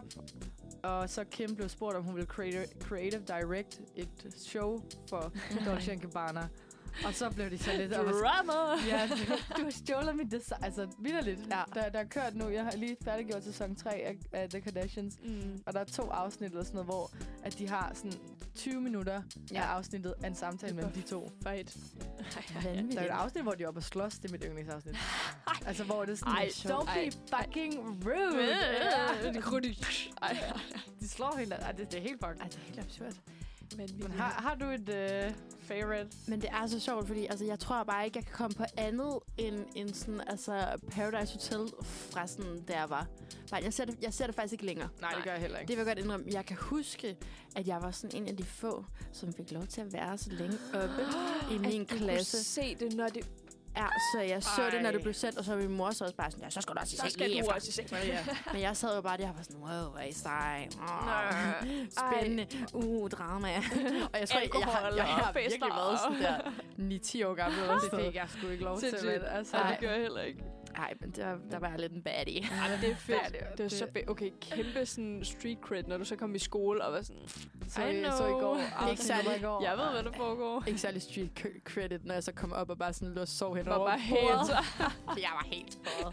og så Kim blev spurgt, om hun ville creative, creative direct et show for Dolce and Gabbana. Og så blev de så lidt... og var sådan, Drama! ja, du har stjålet mit design. Altså, vitterligt. Ja. Der, der er kørt nu. Jeg har lige færdiggjort sæson tre af, af The Kardashians. Mm. Og der er to afsnit eller sådan noget, hvor at de har sådan tyve minutter Ja. af afsnittet af en samtale mellem de to. Fight. Der er jo Vanvittigt. et afsnit, hvor de er oppe og slås. Det er mit yndlingsafsnit. Altså, hvor det er sådan, Ej, don't be ej. fucking rude. Øh, det kunne de... Ej, De slår hinanden. Ej, det, det er helt fucked. Ej, det er helt absurd. vanvittigt. Men har, har du et uh, favorite? Men det er så sjovt, fordi altså, jeg tror bare ikke, jeg kan komme på andet end, end sådan, altså, Paradise Hotel fra sådan, der jeg var. Nej, jeg ser, det, jeg ser det faktisk ikke længere. Nej, det gør jeg heller ikke. Det vil jeg godt indrømme. Jeg kan huske, at jeg var sådan en af de få, som fik lov til at være så længe oppe i min At du klasse. kunne se det, når det... Ja, så jeg så Ej. det, når det blev sendt, og så var min mor så også bare sådan, ja, så skal du også i Så seng skal lige du efter. også i seng. Ja. Men jeg sad jo bare der og var sådan, wow, hvor er I sej. Oh, Nå. spændende. Uh, drama. og jeg tror, jeg, jeg, har, Alkohol jeg har og virkelig fester. været sådan der ni til år gammel. Eller Det sådan fik noget. jeg sgu ikke lov til. Sindssygt. Men, altså, Nej, Ej. det gør jeg heller ikke. Ej, men der, der var jeg lidt en baddie. Ej, det er fedt. Ja, det- Det var så det- fedt. Okay, kæmpe sådan street cred, når du så kom i skole og var sådan... så, I I, know. så i går. Ikke afsnittet særlig- i går. Jeg ved, hvad der foregår. Ikke særlig street c- credit, når jeg så kom op og bare sådan lå og sov hen Var over bare bordet. helt... Jeg var helt skåret.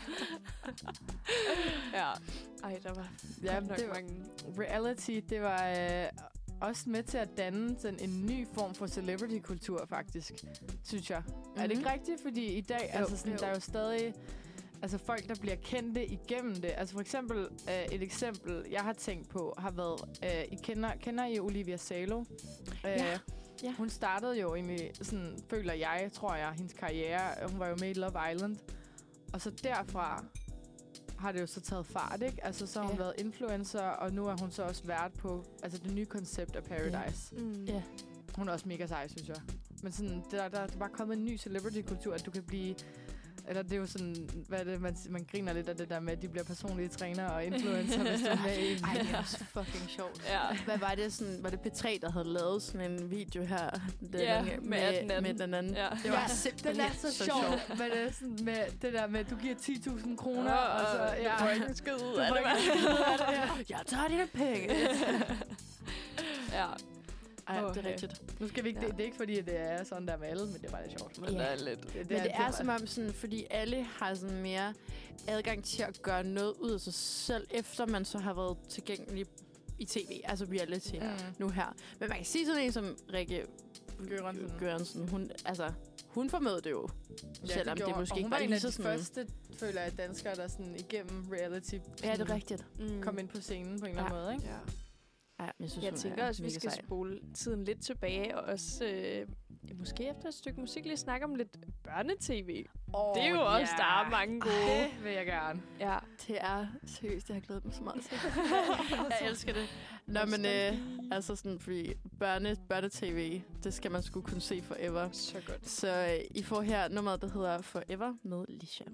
Ja. Ej, der var Ja, godt nok det var, mange... reality, det var øh, også med til at danne sådan en ny form for celebrity-kultur, faktisk, synes jeg. Mm-hmm. Er det ikke rigtigt? Fordi i dag, Jo, altså sådan, jo. der er jo stadig altså folk, der bliver kendte igennem det. Altså for eksempel, øh, et eksempel, jeg har tænkt på, har været, øh, I kender, kender I Olivia Salo? Øh, Ja. Ja. Hun startede jo egentlig, sådan, føler jeg, tror jeg, hendes karriere. Hun var jo med i Love Island. Og så derfra har det jo så taget fart, ikke? Altså, så har hun Ja. været influencer, og nu er hun så også vært på altså, det nye koncept af Paradise. Mm. Ja. Hun er også mega sej, synes jeg. Men sådan, der, der, der er bare kommet en ny celebrity-kultur, at du kan blive... Eller det er jo sådan, hvad er det, man, man griner lidt af det der med, at de bliver personlige trænere og influencer, hvis du er med i... Ej, det er også fucking sjovt. Ja. Hvad var det sådan? Var det P tre, der havde lavet sådan en video her? Den Ja, anden- med den anden. Med den anden. Ja. Det var Ja, simpelthen den er så, så sjov, sjov. men det er sådan med det der med, at du giver ti tusind kroner, Og og så... ja. Du får ikke en skid ud af får det, ikke en skid ud af det, ja. Jeg tager dine penge. Ja. Ej, det Okay. er rigtigt. Nu skal vi ikke, Ja. det, det er ikke fordi, at det er sådan der med alle, men det er bare lidt sjovt. Men Ja. der er lidt... Det, Men det er som om, sådan, fordi alle har sådan mere adgang til at gøre noget ud af sig selv, efter man så har været tilgængelig i tv, altså reality Mm. nu her. Men man kan sige sådan en som Rikke Gørensen. Gørensen, hun, altså, hun formåede det jo, Ja, selvom det, gjorde- måske og ikke hun var var en lige af så de sådan... første, føler jeg, danskere, der sådan igennem reality Ja, det sådan er rigtigt. Mm. kom ind på scenen på en eller anden måde, ikke? Ja. Ja, jeg synes, Jeg hun tænker er også, at vi mega skal sej. spole tiden lidt tilbage, og også øh, måske efter et stykke musik lige snakke om lidt børnetv. Oh, Det er jo også, der er mange gode. Det vil jeg gerne. Ja. Det er seriøst, jeg har glædet mig så meget til. Jeg elsker det. Nå, men øh, altså sådan, fordi børne, børnetv, det skal man sgu kunne se forever. Så godt. Så øh, I får her nummeret, der hedder Forever med Lisha.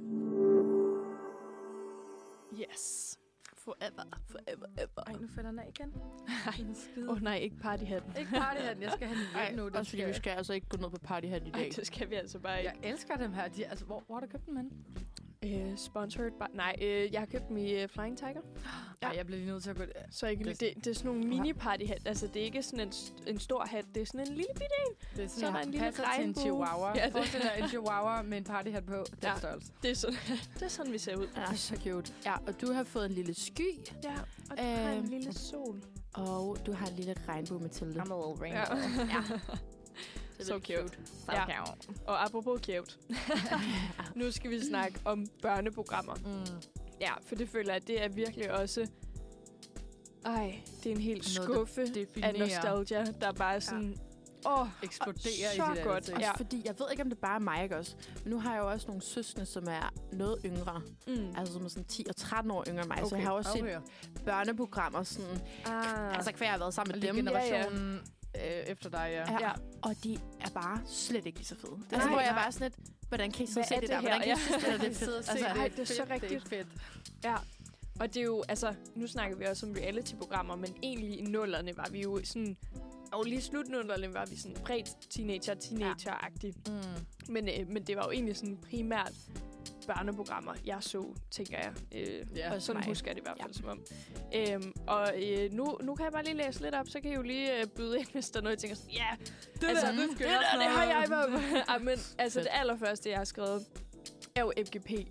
Yes. Forever, forever, ever. Ej, nu falder den af igen. Åh oh, nej, ikke partyhatten. Ikke partyhatten, jeg skal have den Ej, hjem nu. Det også fordi skal vi jeg. skal altså ikke gå ned på party her i dag. Ej, det skal vi altså bare ikke. Jeg elsker dem her. De, altså, hvor, hvor har du købt dem henne? Øh, sponsored by... Nej, øh, jeg har købt dem i uh, Flying Tiger. Ja, jeg bliver lige nødt til at gå... Så jeg kan det, det, det er sådan nogle mini-party-hat. Altså, det er ikke sådan en, en stor hat. Det er sådan en lille bitte en. Det er sådan, Så er der en lille passer til en regnbue. chihuahua. Ja, Ja, det- Forestil dig en chihuahua med en partyhat på. Den Ja. størrelse. Det er, sådan, det er sådan, vi ser ud. Ja, så cute. Ja, og du har fået en lille sky, Ja, og du har en Øhm, lille sol. og du har en lille regnbue, Mathilde. I'm a little Ja. Ja. Så cute. Ja. Og apropos cute. Nu skal vi snakke om børneprogrammer. Mm. Ja, for det føler jeg, at det er virkelig også... Ej, det er en helt Noget, der skuffe af definerer- nostalgia, der bare er sådan... Åh, Eksploderer så i dit godt. ansigt. Også Ja. fordi, jeg ved ikke, om det bare er mig, ikke også? Men nu har jeg jo også nogle søskende, som er noget yngre. mm. Altså, som er sådan ti og tretten år yngre end mig. Okay. Så Okay. jeg har også set Afhør. børneprogrammer sådan... ah. Altså, hver jeg har været sammen Og med lige dem. generationen øh, efter dig, ja. Ja. Ja. Og de er bare slet ikke lige så fede. Nej, Altså, hvor jeg nej. bare sådan lidt... Hvordan kan I sidde Hvad og se er det det der? her? Hvordan kan I Ja. synes, det er lidt Sidde og fedt? se Altså, ej, det er så fedt, rigtigt. Det er fedt. Ja, og det er jo, altså, nu snakker vi også om reality-programmer, men egentlig i nullerne var vi jo sådan, og lige i slutnullerne var vi sådan præ-teenager, teenager-agtige. Mm. Men, øh, men det var jo egentlig sådan primært børneprogrammer, jeg så, tænker jeg. Øh, Ja. og sådan mig. husker jeg det i hvert fald ja. som om. Øhm, og øh, nu, nu kan jeg bare lige læse lidt op, så kan I jo lige øh, byde ind, hvis der er noget, jeg tænker sådan, ja, Det altså, der, det det skal der, jeg også det har noget jeg om. med. Ej, men altså, Fedt. det allerførste, jeg har skrevet, er jo F G P.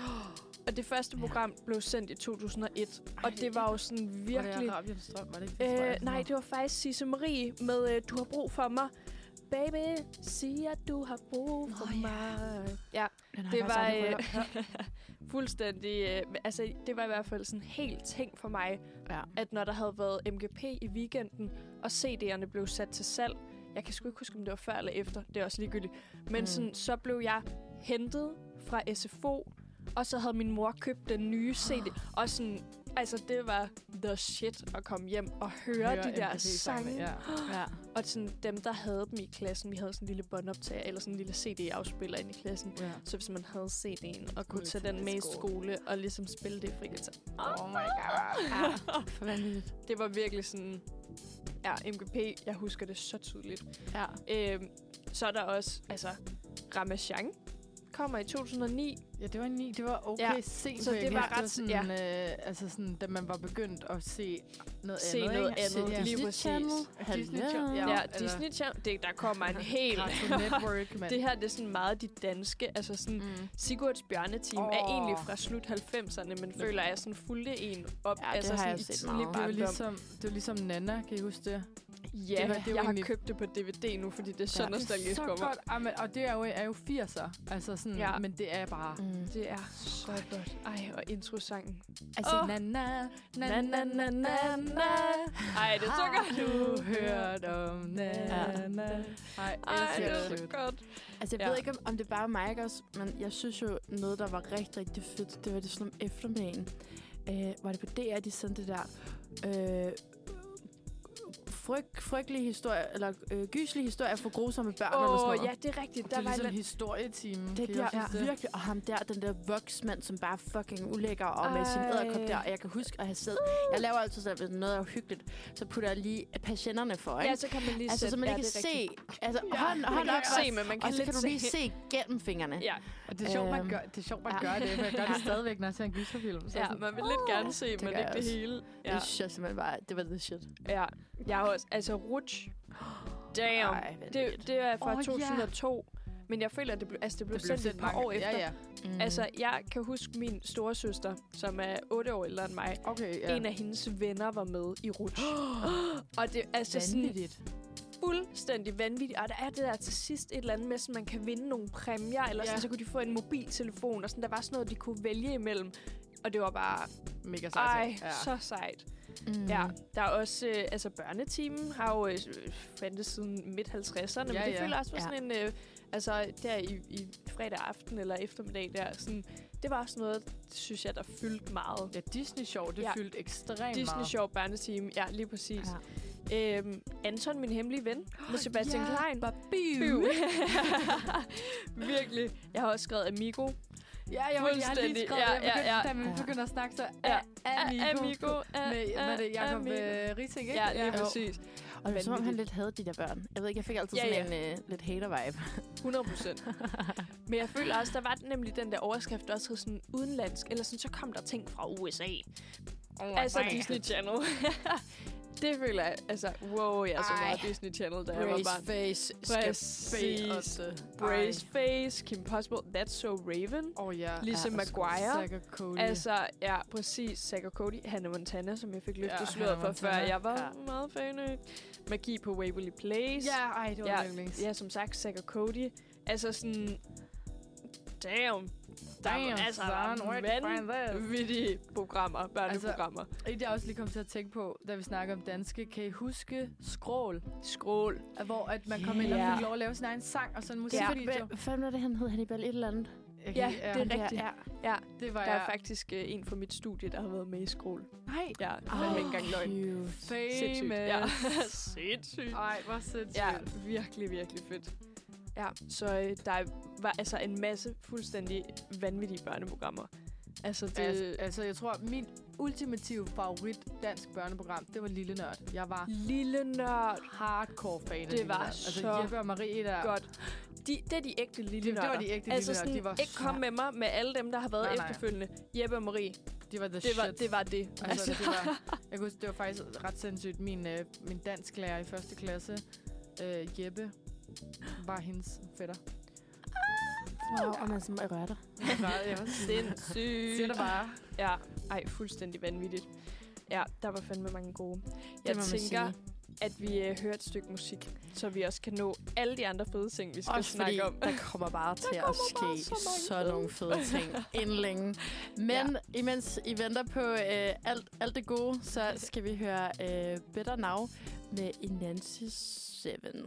Og det første program blev sendt i to tusind og et, og det var jo sådan virkelig... Var det Arabiens Strøm? Var det ikke det, tror Øh, jeg? nej, det var faktisk Sisse Marie med øh, Du har brug for mig. Baby, sig at du har brug for Nå, ja. mig. Ja, Den har det jeg var faktisk aldrig øh, hørt. fuldstændig... Øh, altså, det var i hvert fald sådan helt ting for mig, Ja. at når der havde været M G P i weekenden, og C D'erne blev sat til salg, jeg kan sgu ikke huske, om det var før eller efter, det er også ligegyldigt, men Mm. sådan, så blev jeg hentet fra S F O, og så havde min mor købt den nye C D, og sådan, altså det var the shit at komme hjem og høre, Høre de der M P P-sange, sange. Ja. Ja. Og sådan dem, der havde dem i klassen, vi havde sådan en lille båndoptager, eller sådan en lille C D-afspiller inde i klassen. Ja. Så hvis man havde C D'en og kunne Kunne tage tage den det med i i skole. skole, og ligesom spille det i frikvarter. Oh my god. Ja, for vanvittigt. Det var virkelig sådan, ja, M G P, jeg husker det så tydeligt. Ja. Øhm, så er der også, altså, Ramachan kommer i to tusind og ni. Ja, det var en ni. Det var okay Ja, sent. så vil det jeg var huske. ret- sådan, øh, altså sådan, da man var begyndt at se noget Se andet. noget ikke? andet, Ja. lige Disney præcis. Channel. Disney Hallo. Channel, Ja, Ja, ja eller- Disney Channel, det, der kommer en hel... Cartoon Network, men... Det her, det er sådan meget de danske, altså sådan... Mm. Sigurds Bjørneteam Åh. er egentlig fra slut halvfemserne, men føler jeg sådan fulgte en op. Ja, det altså har sådan jeg i set tidlig meget. det var barndom. ligesom, det var ligesom Nana, kan I huske det? Ja, det var- det var jeg har egentlig- købt det på D V D nu, fordi det er så Ja. nostalgisk så for mig. godt. Ah, men, og det er jo, er jo firser. Altså sådan, Ja. ja. Men det er bare... Mm. Det er så godt. Ej, og introsangen. Altså, Åh. Na, na, Na, na, na, na, na. Ej, det er så Har godt. du hørt om na, Ja. na? Ej, Ej, det elsker er så det. godt. Altså, jeg Ja. ved ikke, om, om det bare er mig, ikke også? Men jeg synes jo, noget, der var rigtig, rigtig fedt, det var det sådan om eftermiddagen. Øh, var det på D R, de sendte det der... Øh, fryg, frygtelige historier, eller øh, gyselige historier for grusomme børn, eller sådan Åh, noget. ja, det er rigtigt. Det Der er var ligesom en... historietimen. Det kan I der også er huske det? virkelig, og ham der, den der voksmand, som bare er fucking ulækker, og med sin Ej. æderkop der, og jeg kan huske at have siddet, jeg laver altid sådan, hvis noget er hyggeligt, så putter jeg lige patienterne for, ikke? Ja, så kan man lige altså, sætte... så man ja, ikke det kan er rigtigt. se, altså, Ja, hånd, man hånd kan op, ikke se, men man kan og så lidt kan du se. lige se gennem fingrene. Ja, Og det er sjovt, man Øhm, gør det, er sjovt, man ja. gør det, for jeg gør det stadigvæk, når jeg ser en gyserfilm. Så ja, sådan, man vil lidt gerne se, det men gør ikke jeg det også. hele. Ja. Det synes jeg simpelthen bare, det var the shit. Ja, jeg har også... Altså, Rutsj. Damn. Ej, det, vanvittigt. det er fra Åh, to tusind og to. Men jeg føler, at det blev, altså, det blev det blev sendt et set par mange- år efter. Ja, ja. Mm. Altså, jeg kan huske min storesøster, som er otte år ældre end mig. Okay, Ja. ja. En af hendes venner var med i Rutsj. Og det er altså sådan Vanvittigt. fuldstændig vanvittigt. Og der er det der til sidst et eller andet med, så man kan vinde nogle præmier, eller sådan, Ja. så kunne de få en mobiltelefon, og sådan, der var sådan noget, de kunne vælge imellem. Og det var bare, Mega sejt. ej, ja. så sejt. Mm. Ja, der er også, øh, altså børneteamen har jo øh, fandtes siden midt halvtredserne, Ja, men det ja. føler også var Ja. sådan en, øh, altså der i, i fredag aften eller eftermiddag der, sådan, det var også noget, synes jeg, der fyldte meget. Ja, Disney-show, det Ja. fyldte ekstremt Disney meget. Show børneteam, ja, lige præcis. Ja. Øhm, Anton, min hemmelige ven, med Sebastian ja. Klein. Babiu. Biv. Virkelig. Jeg har også skrevet Amigo. Ja, jeg, jeg har lige skrevet ja, det. Jeg begyndte, ja, ja. da vi begynder at snakke, så Ja. Amigo. Amigo. Med, med det Jacob øh, Riting, ikke? Ja, lige præcis. Og det er som om, han lidt havde de der børn. Jeg ved ikke, jeg fik altid Ja, sådan ja. en uh, lidt hater-vibe. hundrede procent. Men jeg føler også, der var nemlig den der overskrift, der også hed sådan udenlandsk, eller sådan, så kom der ting fra U S A. Oh, altså nej. Disney Channel. Det føler jeg, altså, wow, jeg så meget Disney Channel, da jeg var barn. Face, Præcis. Brace Face, Kim Possible, That's So Raven, oh, ja. Lisa ja, Maguire. Zack og Cody. Altså, ja, præcis. Zack og Cody, Hannah Montana, som jeg fik løftet Ja, sløret for, Hannah før jeg var Ja. meget fan af. Magi på Waverly Place. Ja, ej, det var ja, yndlings. ja, som sagt, Zack og Cody. Altså sådan, damn. Damn, der, altså, son, where'd you find this? vanvittige programmer, børneprogrammer. Altså, det jeg også lige kom til at tænke på, da vi snakker om danske, kan I huske Skrål? Skrål. Hvor at man Yeah. kom ind og fik lov at lave sin egen sang og sådan en Ja, musikvideo. hvad fanden var det, han hed? Hannibal et eller andet? Okay, Ja, det er rigtigt. Ja. Ja, Det var der er jeg. faktisk øh, en fra mit studie, der har været med i Skrål. Nej. Ja, det er ikke engang løgn. Sindssygt. Famous. Ja. Sindssygt. Ej, hvor sindssygt. Ja, virkelig, virkelig fedt. Ja, så øh, der var altså en masse fuldstændig vanvittige børneprogrammer. Altså, det... Altså, altså, jeg tror, min ultimative favorit dansk børneprogram, det var Lille Nørd. Jeg var Lille Nørd. hardcore fan af Det Lille var Nørd. Altså, så Jeppe og Marie, der... Godt. De, det er de ægte lille Det, det nørder. var de ægte altså Lille Nørd. sådan, De var ikke kom med mig med alle dem, der har været Nej, nej. efterfølgende. Jeppe og Marie. De var the Det shit. var det. Var det. Altså, det var, jeg kan huske, det var faktisk ret sindssygt. Min, øh, min dansklærer i første klasse, øh, Jeppe, var hendes fætter. Wow, og man sådan rører dig. Jeg var, jeg var Sindssygt. siger det bare. Ja, ej, fuldstændig vanvittigt. Ja, der var fandme mange gode. Jeg må man tænker, sige. at vi øh, hører et stykke musik, så vi også kan nå alle de andre fede ting, vi skal Også fordi, snakke om. der kommer bare til at kommer ske bare så mange så fede nogle fede ting inden længe. Men ja. imens I venter på øh, alt, alt det gode, så skal vi høre øh, Better Now med Nancy Seven.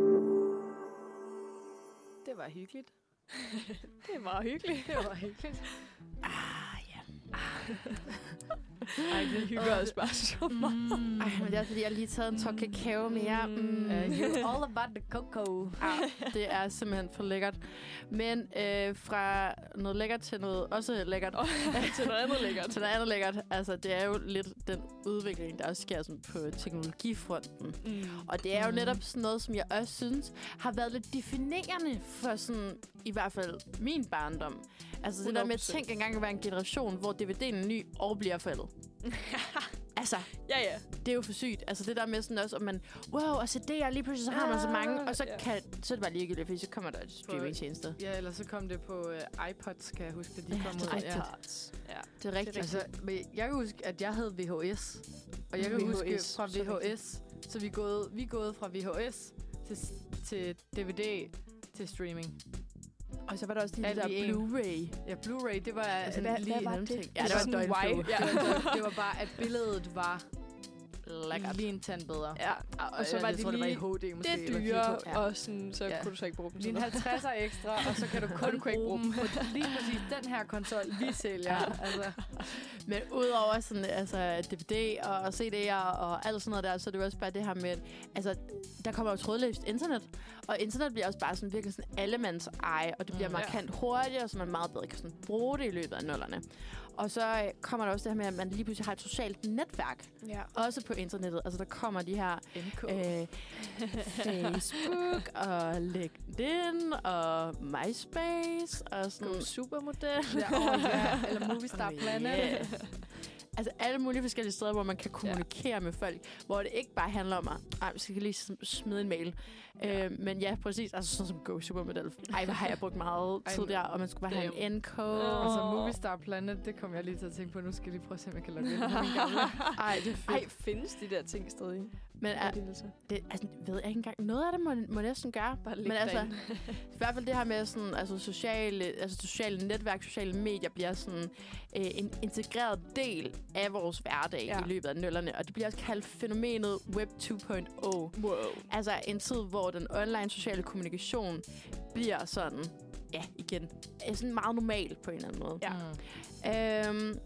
Det var hyggeligt. Det var hyggeligt. Det var hyggeligt. Ah, ja. Ej, det hygger os bare så meget. Mm. Ej, men det er fordi, jeg har lige taget en tår kakao mere. Mm. Uh, you all about the cocoa. Ah, det er simpelthen for lækkert. Men øh, fra noget lækkert til noget også lækkert. Oh, til noget andet lækkert. til noget andet lækkert. Altså, det er jo lidt den udvikling, der også sker sådan, på teknologifronten. Mm. Og det er jo netop sådan noget, som jeg også synes har været lidt definerende for sådan, i hvert fald min barndom. Altså det der med, at tænk engang at være en generation, hvor D V D'en er ny og bliver forældet. Altså, ja, ja. det er jo for sygt. Altså det der med sådan også, at man, wow, og C D'er, lige pludselig så har man så mange, og så, Ja. kan, så er det bare ligegyldigt, fordi så kommer der et streamingtjeneste. Ja, eller så kom det på uh, iPods, kan jeg huske, da de Ja, kom det er ud. rigtigt. Ja. Det er rigtigt. Altså, men jeg kan huske, at jeg havde V H S. Og jeg kan V H S, huske fra så V H S. Så vi er gået, vi er gået fra V H S til, til D V D til streaming. Og så var der også de Alt der i en. Blu-ray. Ja, Blu-ray, det var Altså, altså, hvad, lige hvad var en det? ting. Ja, det var sådan et døgnflue. white. Ja. Det, var, det var bare, at billedet var Lækkert. lige en tand bedre. Ja. Og så jeg, var jeg de tror, lige det var i H D måske. det eller dyre, fire K. Ja. og sådan, så Ja. kunne du så ikke bruge dem Lige til en noget. halvtredser ekstra, og så kan du kun du kunne ikke bruge bruge dem på lige præcis den her konsol, vi sælger. Ja. Altså, Men udover sådan, altså, D V D og C D'er og alt sådan noget der, så er det jo også bare det her med, altså, der kommer jo trådløst internet, og internet bliver også bare sådan virkelig sådan allemands eje, og det bliver Mm. markant hurtigere, så man meget bedre kan sådan bruge det i løbet af nullerne. Og så øh, kommer der også det her med, at man lige pludselig har et socialt netværk, Ja. også på internettet. Altså, der kommer de her M K. øh, Facebook og LinkedIn og MySpace og sådan... Go supermodel. Ja, oh, ja. Eller Movistar Oh, Planet. yes. Altså alle mulige forskellige steder, hvor man kan kommunikere ja. med folk, hvor det ikke bare handler om, at ej, vi skal lige smide en mail. Ja. Øh, men ja, præcis, altså sådan som Go Supermodel. Ej, hvor har jeg brugt meget tid der, og man skulle bare have en N-code. Og så Movistar Planet, det kom jeg lige til at tænke på. Nu skal jeg lige prøve at se, om jeg kan logge ind på min gamle. Ej, det er fedt. Ej, findes de der ting stadig? Men er, det, altså, ved jeg ikke engang. Noget af det må, må næsten gøre. Bare Men altså, i hvert fald det her med sådan, altså, sociale, altså, sociale netværk, sociale medier bliver sådan øh, en integreret del af vores hverdag ja. i løbet af nullerne. Og det bliver også kaldt fænomenet Web to punkt nul. Wow. Altså en tid, hvor den online sociale kommunikation bliver sådan, ja, igen, sådan meget normal på en eller anden måde. Ja. Øhm,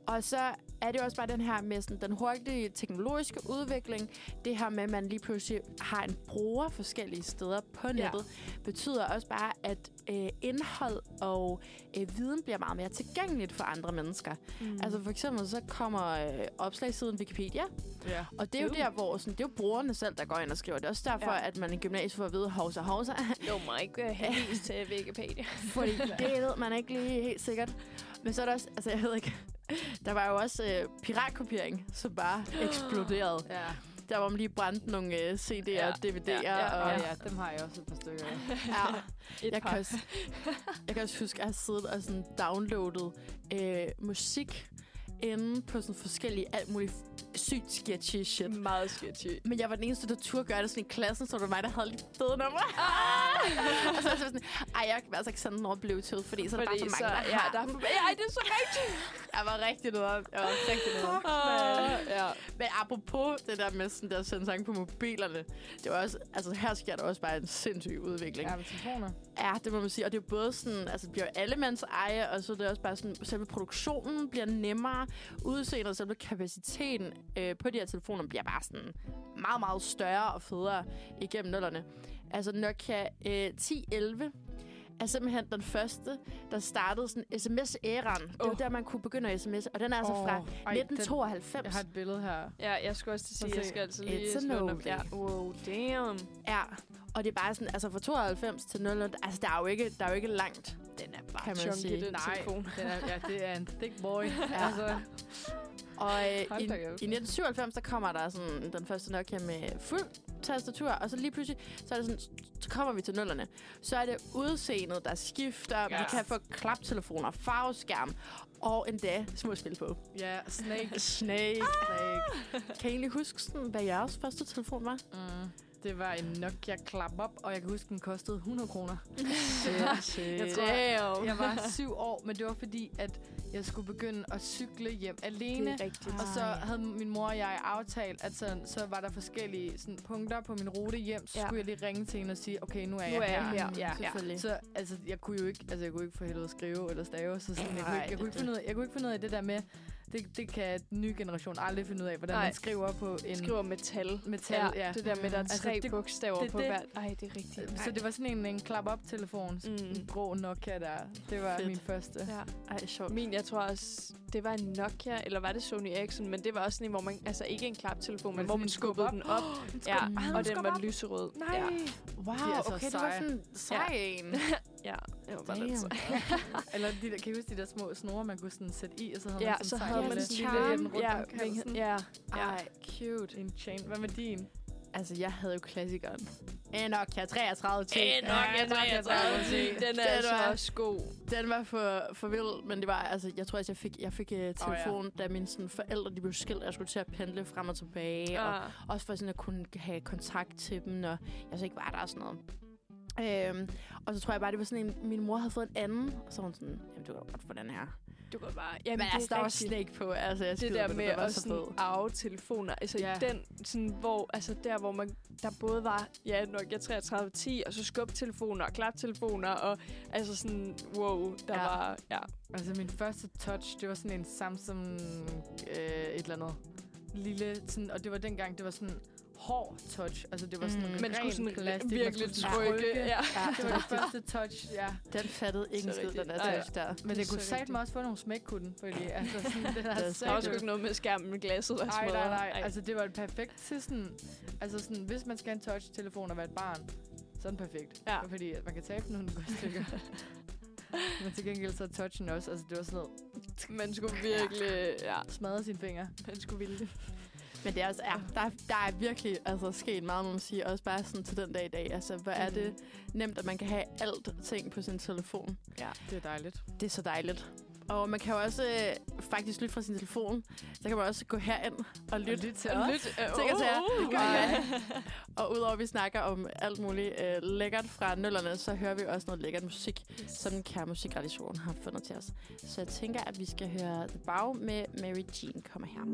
Og så er det jo også bare den her med sådan, den hurtige teknologiske udvikling. Det her med, at man lige pludselig har en bruger forskellige steder på nettet, ja. betyder også bare, at øh, indhold og øh, viden bliver meget mere tilgængeligt for andre mennesker. Mm. Altså for eksempel så kommer øh, opslagssiden Wikipedia, ja. og det er jo uh. der, hvor sådan, det er jo brugerne selv, der går ind og skriver. Det er også derfor, ja. at man i gymnasiet får at vide, hovsa, hovsa. Jo, må ikke henvise til Wikipedia. Fordi det ved man ikke lige helt sikkert. Men så er der også, altså jeg ved ikke, der var jo også øh, piratkopiering, som bare eksploderede. Ja. Der var man lige brændt nogle øh, C D'er ja. og D V D'er. Ja, ja, og, ja. ja, dem har jeg også et par stykker af. Ja. jeg, kan også, jeg kan også huske, at jeg har siddet og sådan downloadet øh, musik inde på sådan forskellige, alt muligt sygt sketchy shit. Meget sketchy. Men jeg var den eneste, der turde gøre det sådan i klassen, så det var mig, der havde lidt fede numre. Ah! Og så var jeg sådan, ej, jeg kan altså ikke sende den over Bluetooth, fordi så er der bare for mange, så, der ja, har der er for, ja, det er så rigtigt. Jeg var rigtig noget. Jeg var rigtig noget. Uh, ja. Men apropos det der med sådan der at sende sange på mobilerne, det var også, altså her sker der også bare en sindssyg udvikling. Ja, med telefoner. Ja, det må man sige. Og det er jo både sådan, altså det bliver jo allemands eje, og så er det også bare sådan, selve produktionen bliver nemmere, udseendet og selve kapaciteten øh, på de her telefoner bliver bare sådan meget, meget større og federe igennem nullerne. Altså Nokia øh, ti elleve er simpelthen den første, der startede sådan sms-æraen. Det var oh. der, man kunne begynde at sms'e, og den er altså oh. fra ej, nitten tooghalvfems. Den, jeg har et billede her. Ja, jeg skulle også til sige, jeg skal altså lige It's slå den op. Ja. Wow, damn. Ja, og det er bare sådan, altså fra tooghalvfems til nul, altså der er jo ikke, der er jo ikke langt. Den er bare kan man sige. Den Nej, telefon. Den er, ja, det er en thick boy. Ja. Altså. Og øh, i, i nitten syvoghalvfems, der kommer der sådan den første Nokia med fuld tastatur, og så lige pludselig, så er det sådan, så kommer vi til nullerne. Så er det udseendet, der skifter. Yes. Vi kan få klaptelefoner, farveskærm, og endda små spil på. Ja, Snake. Snake. Ah! Snake. Kan I egentlig huske, sådan, hvad jeres første telefon var? Mm. Det var en Nokia Clap-Up, og jeg kan huske, den kostede hundrede kroner. Jeg tror, jeg var syv år, men det var fordi, at jeg skulle begynde at cykle hjem alene. Det er rigtigt. Og så havde min mor og jeg aftalt, at sådan, så var der forskellige sådan, punkter på min rute hjem. Så ja. skulle jeg lige ringe til hende og sige, okay, nu er jeg, nu er jeg her. her. Ja, ja. Så altså, jeg kunne jo ikke, altså, jeg kunne ikke for helvede skrive eller stave. Så sådan, jeg, kunne, ikke, jeg, kunne ikke finde ud af, jeg kunne ikke finde ud af det der med, Det, det kan den nye generation aldrig finde ud af, hvordan Nej. man skriver på en... Skriver metal. Metal, ja. ja. Det der med, der er tre altså, det, bogstaver det, på det, hver... Ej, det er rigtigt. Så det var sådan en, en klap-op-telefon. Mm. En grå Nokia der. Det var Fedt. min første. Ja. Ej, sjovt. Min, jeg tror også, det var en Nokia, eller var det Sony Ericsson, men det var også sådan en, hvor man... Altså ikke en klaptelefon, men hvor man skubbede den op. Oh, den ja, ah, og den var op. lyserød. Nej. Ja. Wow, altså okay, det var sådan sej en. Ja, det var bare lidt så. Eller de der, kan I huske de der små snore, man kunne sådan sætte i, og så havde ja, man sådan så havde man sådan en lille rundt ja, om halsen. Ja, ja. Ej, cute. En chain. Hvad med din? Altså, jeg havde jo klassikeren. En Nokia treogtredive ti. En Nokia treogtredive ti. Den er den altså var, også god. Den var for, for vild, men det var, altså, jeg tror, at jeg fik, jeg fik uh, telefon, oh, ja. da mine sådan, forældre de blev skilt, og jeg skulle til at pendle frem og tilbage, ah. og også for sådan at kunne have kontakt til dem, og jeg så ikke var der og sådan noget. Øhm, og så tror jeg bare, det var sådan en, min mor havde fået en anden, og så var hun sådan, jamen, du kan godt få den her. Du kan bare... Jamen, men altså, der var Snake på. Altså, jeg det der med det, at sådan arve telefoner. Altså, ja. den, sådan, hvor, altså, der, hvor man, der både var, ja, Nokia treogtredive ti, og så skubtelefoner og klaptelefoner, og altså sådan, wow, der ja. var, ja. Altså, min første touch, det var sådan en Samsung, øh, et eller andet lille, sådan, og det var dengang, det var sådan hård touch. Altså, det var sådan mm. man skulle sådan plastik, virkelig trykke. Ja. Ja, det var det første touch, ja. Den fattede ingen skid, den der touch der. Men det kunne satme også få nogle smæk, kunne den. Fordi, altså, sådan, det der var sgu ikke noget med skærmen med glasset og smadret. Nej, nej, nej. Altså, det var et perfekt til sådan... Altså, sådan, hvis man skal have en touch-telefon og være et barn, så er den perfekt. Ja. Fordi at man kan tabe den, når den går i stykker. Men til gengæld så touchen også. Altså, det var sådan noget... Man skulle virkelig... Ja. Smadre sine fingre. Man skulle ville det. Men det er også, ja, der, der er virkelig altså, sket meget, må man sige. Også bare sådan til den dag i dag. Altså, hvor er det nemt, at man kan have alt ting på sin telefon. Ja, det er dejligt. Det er så dejligt. Og man kan jo også øh, faktisk lytte fra sin telefon. Så kan man også gå herind og lytte. Og lytte til os. Lytte, øh, tænker til jer. Det gør jeg. Og udover at vi snakker om alt muligt øh, lækkert fra nullerne, så hører vi også noget lækkert musik, yes. som den kære musikredaktion har fundet til os. Så jeg tænker, at vi skal høre The Bow med Mary Jean kommer her.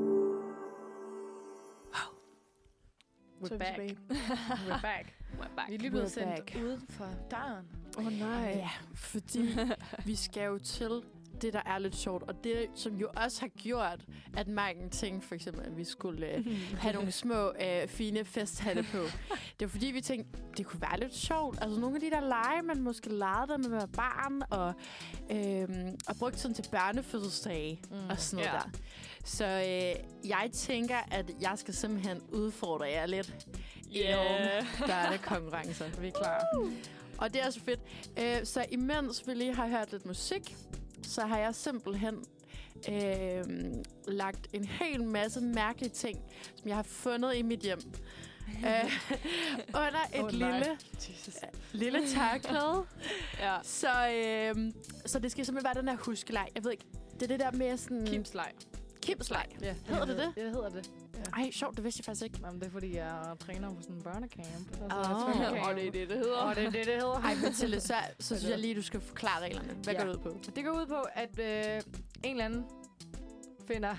We're back. We're back. We're back. Vi er lige blevet sendt uden for døren. Åh oh, nej. Ja, fordi vi skal jo til det, der er lidt sjovt, og det, som jo også har gjort, at mange tænkte for eksempel, at vi skulle øh, have nogle små, øh, fine festhatte på. Det var fordi, vi tænkte, det kunne være lidt sjovt. Altså nogle af de der lege, man måske legede der med at barn, og, øh, og brugte sådan til børnefødselsdage mm. og sådan noget Ja. der. Så øh, jeg tænker, at jeg skal simpelthen udfordre jer lidt i Yeah. nogle børnekonkurrencer. Vi er klar. Og det er så fedt. Øh, så imens vi lige har hørt lidt musik, så har jeg simpelthen øh, lagt en hel masse mærkelige ting, som jeg har fundet i mit hjem. øh, under et Oh, lille, lille tørklæde. Ja. Så, øh, så det skal simpelthen være den her huskeleg. Jeg ved ikke, det er det der med sådan... Kimsleg. Kimsleg. Ja, Hedder det det? Ja, det hedder det. Ja. Ej, sjovt, det vidste jeg faktisk ikke. Jamen, det er fordi, jeg træner på sådan en børnecamp. Altså, Åh. svømmecamp. Og det er det, det hedder. Og det er det, det hedder. Ej, Mathilde, så, så synes jeg lige, du skal forklare reglerne. Hvad Ja. går det ud på? Det går ud på, at øh, en eller anden finder,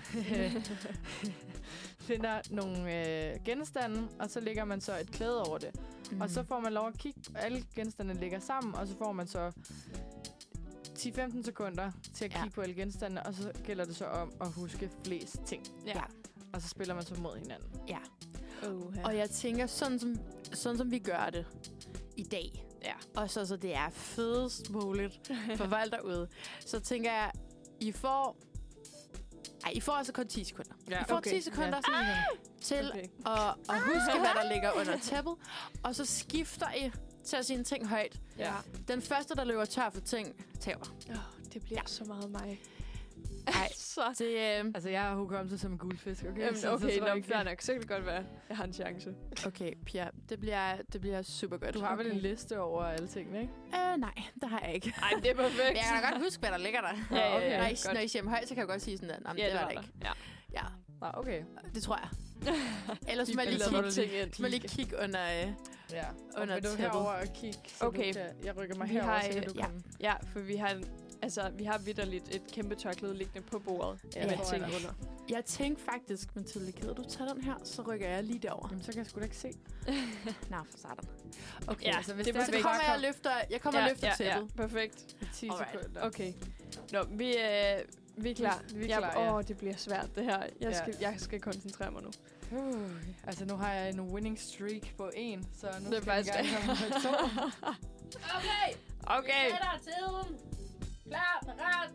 finder nogle øh, genstande, og så lægger man så et klæde over det. Mm. Og så får man lov at kigge, alle genstandene ligger sammen, og så får man så ti til femten sekunder til at Ja. kigge på alle genstandene, og så gælder det så om at huske flest ting. Ja. Og så spiller man så mod hinanden. Ja. Uh-huh. Og jeg tænker, sådan som, sådan som vi gør det i dag, Ja. og så, så det er fedest muligt for folk derude, så tænker jeg, I får... Ej, I får altså kun ti sekunder. Ja, I får okay. ti sekunder Ja. til Okay. at, at huske, hvad der ligger under tæppet, og så skifter I til at sige en ting højt. Ja. Den første, der løber tør for ting, taber. Oh, det bliver ja. så meget mig. Ej, så. det, øh, Altså, jeg har hukommet som en guldfisk, okay? Jamen, Så- så okay, tror jeg nå, ikke- fair nok. Så kan det godt være, jeg har en chance. okay, Pia, det bliver, det bliver super godt. Du har vel okay. en liste over alle tingene, ikke? Øh, nej, det har jeg ikke. Ej, det er perfekt. Men jeg kan da godt huske, hvad der ligger der. Ja, ja, ja, når, I, godt. når I siger dem højt, så kan jeg godt sige sådan, at Ja, det var var det ikke. Ja. Ja, Nå, okay. det tror jeg. Ellers må jeg lige Eller hvor du kigge, ting ind. så må jeg lige kigge under... Øh, Ja. Og Under vil du tæppet. herover og kigge, så Okay. du kan, jeg rykker mig Vi herover, har, så kan øh, du ja. komme. Ja, for vi har, altså, vi har vitterligt et kæmpe tørklæde liggende på bordet. Ja, med det ting tror jeg under. jeg tænkte faktisk, Mathilde, kan du tage den her, så rykker jeg lige derover. Jamen, så kan jeg sgu da ikke se. Nå, for satan. Okay, Ja, altså, hvis det det er er så perfekt. kommer jeg og løfter, jeg kommer ja, og løfter ja, tæppet. ja, perfekt. I ti Alright. sekunder. Okay. Nå, vi, øh, vi er klar. Vi er Jeg- klar, ja. Åh, det bliver svært, det her. Jeg Ja. skal, jeg skal koncentrere mig nu. Uh, altså, nu har jeg en winning streak på en, så nu Det er skal faktisk vi i gang med to. Okay, Okay. sætter tiden. Klar, parat.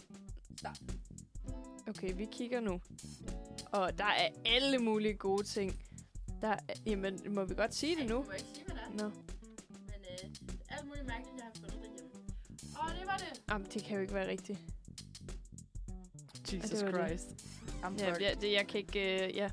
Okay, vi kigger nu. Og der er alle mulige gode ting. Der er, jamen, må vi godt sige det nu? Du må ikke sige, hvad det er. Nå. Men øh, alt muligt mærkeligt, jeg har fundet derhjemme. Og det var det. Jamen, det kan jo ikke være rigtigt. Jesus det var det. Christ. I'm Ja, fucked. ja, det, jeg kan ikke... Øh, ja.